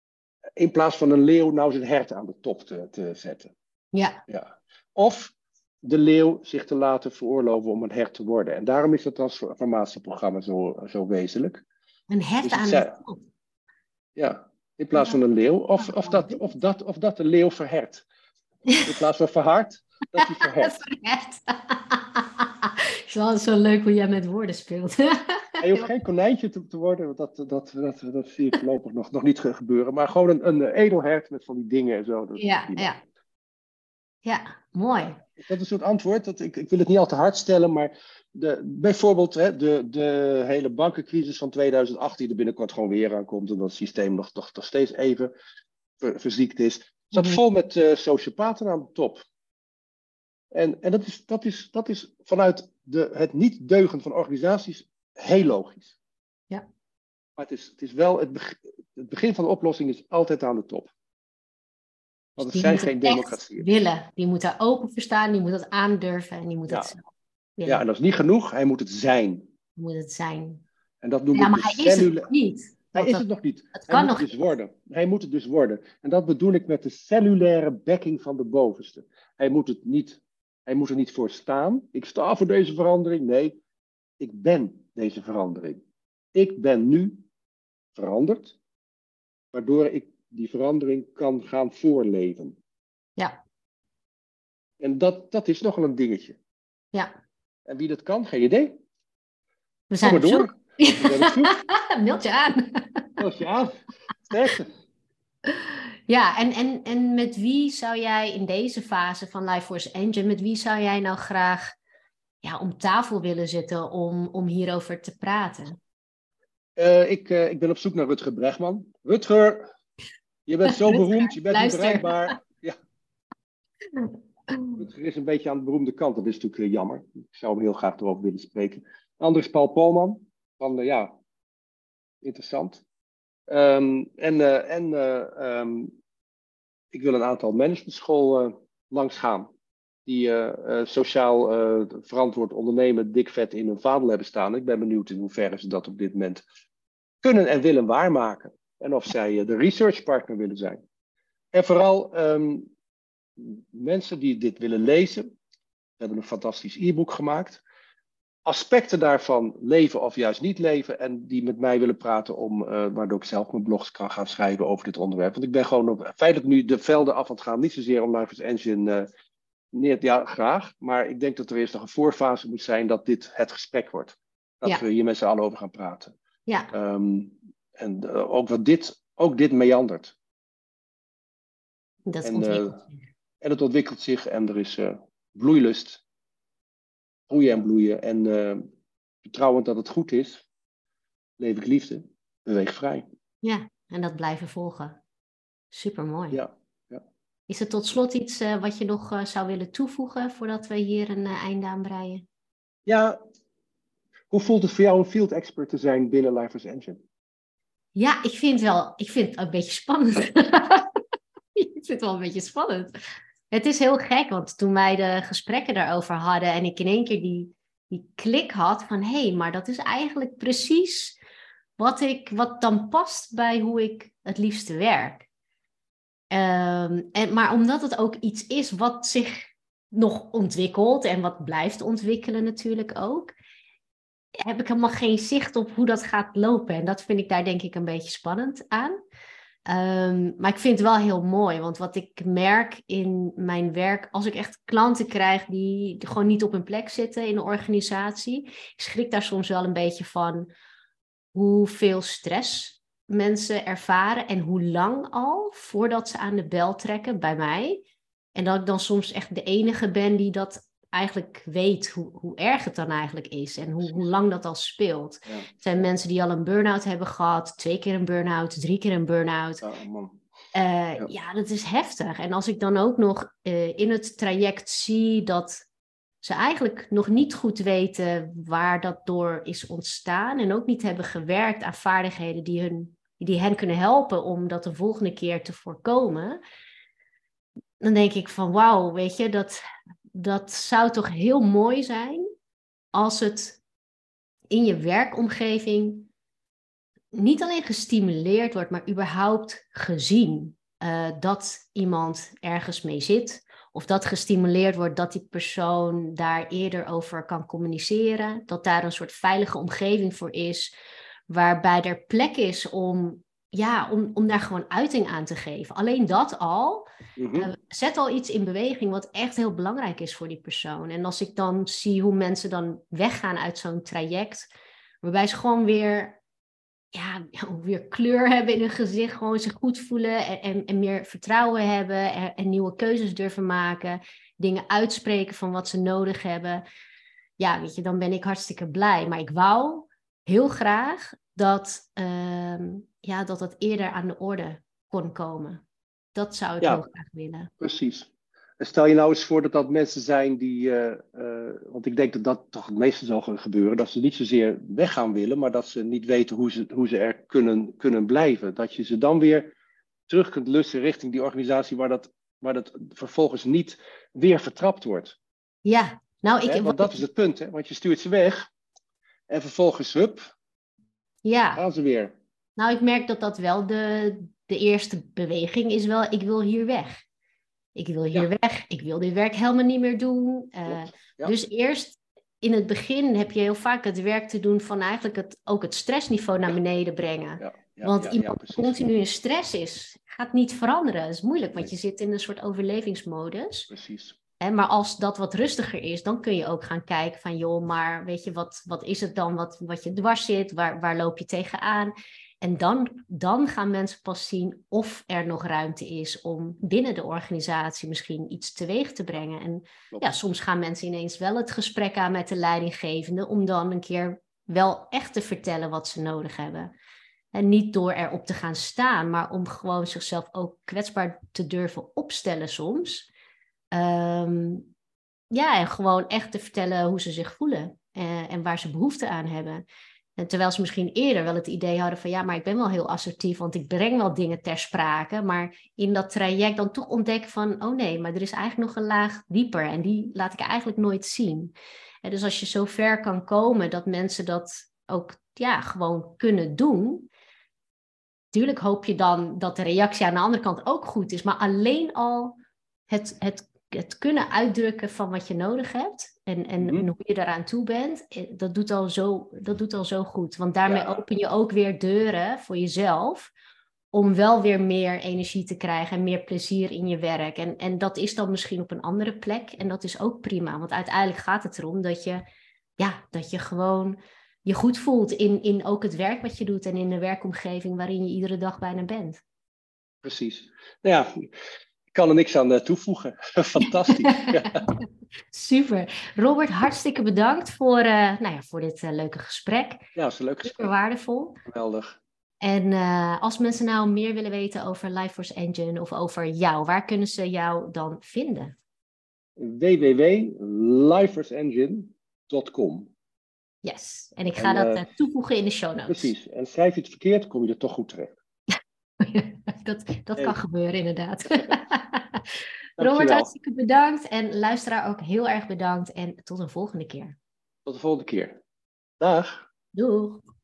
in plaats van een leeuw nou zijn hert aan de top te zetten. Ja. Ja. Of de leeuw zich te laten veroorloven om een hert te worden. En daarom is dat transformatieprogramma zo wezenlijk. Een hert Dus aan de top. Ja, in plaats van een leeuw. Of dat de leeuw verhert. In plaats van verhard, dat hij verhert. Verhert. Het is wel zo leuk hoe jij met woorden speelt. Hij hoeft geen konijntje te worden, want dat zie ik voorlopig nog niet gebeuren. Maar gewoon een edelhert met van die dingen en zo. Ja, mooi. Is dat een soort antwoord? Ik wil het niet al te hard stellen, maar bijvoorbeeld de hele bankencrisis van 2008, die er binnenkort gewoon weer aankomt, en dat het systeem nog steeds even verziekt is, zat vol met sociopaten aan de top. En dat is vanuit het niet deugen van organisaties heel logisch. Ja. Maar het is wel het begin van de oplossing is altijd aan de top. Want het zijn geen democratieën. Willen. Die moet daar open voor staan, die moet dat aandurven en die moet dat zelf willen. Ja, en dat is niet genoeg. Hij moet het zijn. Moet het zijn. En dat noem ik maar hij is het nog niet. Hij is het nog niet. Het kan nog niet. Worden. Hij moet het dus worden. En dat bedoel ik met de cellulaire backing van de bovenste. Hij moet er niet voor staan. Ik sta voor deze verandering. Nee, ik ben deze verandering. Ik ben nu veranderd, waardoor ik die verandering kan gaan voorleven. Ja. En dat is nogal een dingetje. Ja. En wie dat kan, geen idee. We zijn op zoek. Mailtje aan. Mailtje aan. Sterkte. Ja, en met wie zou jij in deze fase van Life Force Engine, met wie zou jij nou graag om tafel willen zitten om hierover te praten? Ik ben op zoek naar Rutger Bregman. Rutger, je bent zo beroemd, je bent niet bereikbaar. Ja. Rutger is een beetje aan de beroemde kant, dat is natuurlijk jammer. Ik zou hem heel graag erover willen spreken. De andere is Paul Polman. Interessant. Ik wil een aantal managementschool langs gaan. Die sociaal verantwoord ondernemen dik vet in hun vaandel hebben staan. Ik ben benieuwd in hoeverre ze dat op dit moment kunnen en willen waarmaken. En of zij de research partner willen zijn. En vooral mensen die dit willen lezen. We hebben een fantastisch e-book gemaakt. Aspecten daarvan leven of juist niet leven. En die met mij willen praten waardoor ik zelf mijn blogs kan gaan schrijven over dit onderwerp. Want ik ben gewoon feitelijk nu de velden af aan het gaan. Niet zozeer om Life Force Engine graag. Maar ik denk dat er eerst nog een voorfase moet zijn dat dit het gesprek wordt. Dat we hier met z'n allen over gaan praten. Ja. Ook dit meandert. Ontwikkelt zich. En het ontwikkelt zich en er is bloeilust. Groeien en bloeien. En vertrouwend dat het goed is. Leef ik liefde. Beweeg vrij. Ja, en dat blijven volgen. Supermooi. Ja. Is er tot slot iets wat je nog zou willen toevoegen voordat we hier een einde aan breien? Ja. Hoe voelt het voor jou een field expert te zijn binnen Life Force Engine? Ja, ik vind het een beetje spannend. Ik vind het wel een beetje spannend. Het is heel gek, want toen wij de gesprekken daarover hadden en ik in één keer die klik had van hé, maar dat is eigenlijk precies wat dan past bij hoe ik het liefste werk. Maar omdat het ook iets is wat zich nog ontwikkelt en wat blijft ontwikkelen natuurlijk ook, heb ik helemaal geen zicht op hoe dat gaat lopen. En dat vind ik daar denk ik een beetje spannend aan. Maar ik vind het wel heel mooi, want wat ik merk in mijn werk, als ik echt klanten krijg die gewoon niet op hun plek zitten in de organisatie, ik schrik daar soms wel een beetje van hoeveel stress mensen ervaren en hoe lang al voordat ze aan de bel trekken bij mij. En dat ik dan soms echt de enige ben die dat eigenlijk weet hoe erg het dan eigenlijk is en hoe lang dat al speelt. Ja. Het zijn mensen die al een burn-out hebben gehad, 2 keer een burn-out, 3 keer een burn-out. Ja, dat is heftig. En als ik dan ook nog in het traject zie dat ze eigenlijk nog niet goed weten waar dat door is ontstaan en ook niet hebben gewerkt aan vaardigheden die hen kunnen helpen om dat de volgende keer te voorkomen, dan denk ik van wauw, weet je, dat zou toch heel mooi zijn als het in je werkomgeving niet alleen gestimuleerd wordt, maar überhaupt gezien dat iemand ergens mee zit. Of dat gestimuleerd wordt dat die persoon daar eerder over kan communiceren. Dat daar een soort veilige omgeving voor is, waarbij er plek is om daar gewoon uiting aan te geven. Alleen dat al zet al iets in beweging wat echt heel belangrijk is voor die persoon. En als ik dan zie hoe mensen dan weggaan uit zo'n traject, waarbij ze gewoon weer kleur hebben in hun gezicht, gewoon zich goed voelen en meer vertrouwen hebben en nieuwe keuzes durven maken, dingen uitspreken van wat ze nodig hebben. Ja, weet je, dan ben ik hartstikke blij. Maar ik wou heel graag dat dat eerder aan de orde kon komen. Dat zou ik heel graag willen. Precies. En stel je nou eens voor dat dat mensen zijn die, want ik denk dat dat toch het meeste zal gaan gebeuren, dat ze niet zozeer weg gaan willen, maar dat ze niet weten hoe ze er kunnen blijven. Dat je ze dan weer terug kunt lussen richting die organisatie waar dat vervolgens niet weer vertrapt wordt. Ja, nou, Want dat is het punt, hè? Want je stuurt ze weg en vervolgens, gaan ze weer. Nou, ik merk dat wel de eerste beweging is wel, ik wil hier weg. Ik wil hier weg. Ik wil dit werk helemaal niet meer doen. Dus eerst in het begin heb je heel vaak het werk te doen van eigenlijk ook het stressniveau naar beneden brengen. Want iemand die continu in stress is, gaat niet veranderen. Dat is moeilijk, want je zit in een soort overlevingsmodus. Precies. Maar als dat wat rustiger is, dan kun je ook gaan kijken van, joh, maar weet je, wat is het dan wat je dwars zit? Waar loop je tegenaan? En dan gaan mensen pas zien of er nog ruimte is om binnen de organisatie misschien iets teweeg te brengen. En soms gaan mensen ineens wel het gesprek aan met de leidinggevende om dan een keer wel echt te vertellen wat ze nodig hebben. En niet door erop te gaan staan, maar om gewoon zichzelf ook kwetsbaar te durven opstellen soms. En gewoon echt te vertellen hoe ze zich voelen en waar ze behoefte aan hebben. En terwijl ze misschien eerder wel het idee hadden van, maar ik ben wel heel assertief, want ik breng wel dingen ter sprake. Maar in dat traject dan toch ontdekken van, oh nee, maar er is eigenlijk nog een laag dieper en die laat ik eigenlijk nooit zien. En dus als je zo ver kan komen dat mensen dat ook gewoon kunnen doen. Tuurlijk hoop je dan dat de reactie aan de andere kant ook goed is, maar alleen al het kunnen uitdrukken van wat je nodig hebt en hoe je daaraan toe bent, dat doet al zo goed. Want daarmee open je ook weer deuren voor jezelf om wel weer meer energie te krijgen en meer plezier in je werk. En dat is dan misschien op een andere plek en dat is ook prima. Want uiteindelijk gaat het erom dat je gewoon je goed voelt in ook het werk wat je doet en in de werkomgeving waarin je iedere dag bijna bent. Precies. Ik kan er niks aan toevoegen. Fantastisch. Super. Robert, hartstikke bedankt voor dit leuke gesprek. Ja, dat is een leuk gesprek. Super waardevol. Geweldig. En als mensen nou meer willen weten over LifeForce Engine of over jou, waar kunnen ze jou dan vinden? www.lifeforceengine.com. Yes, en ik ga dat toevoegen in de show notes. Precies, en schrijf je het verkeerd, kom je er toch goed terecht. dat kan gebeuren, inderdaad. Robert, hartstikke bedankt. En luisteraar ook heel erg bedankt. En tot een volgende keer. Tot de volgende keer. Dag. Doeg.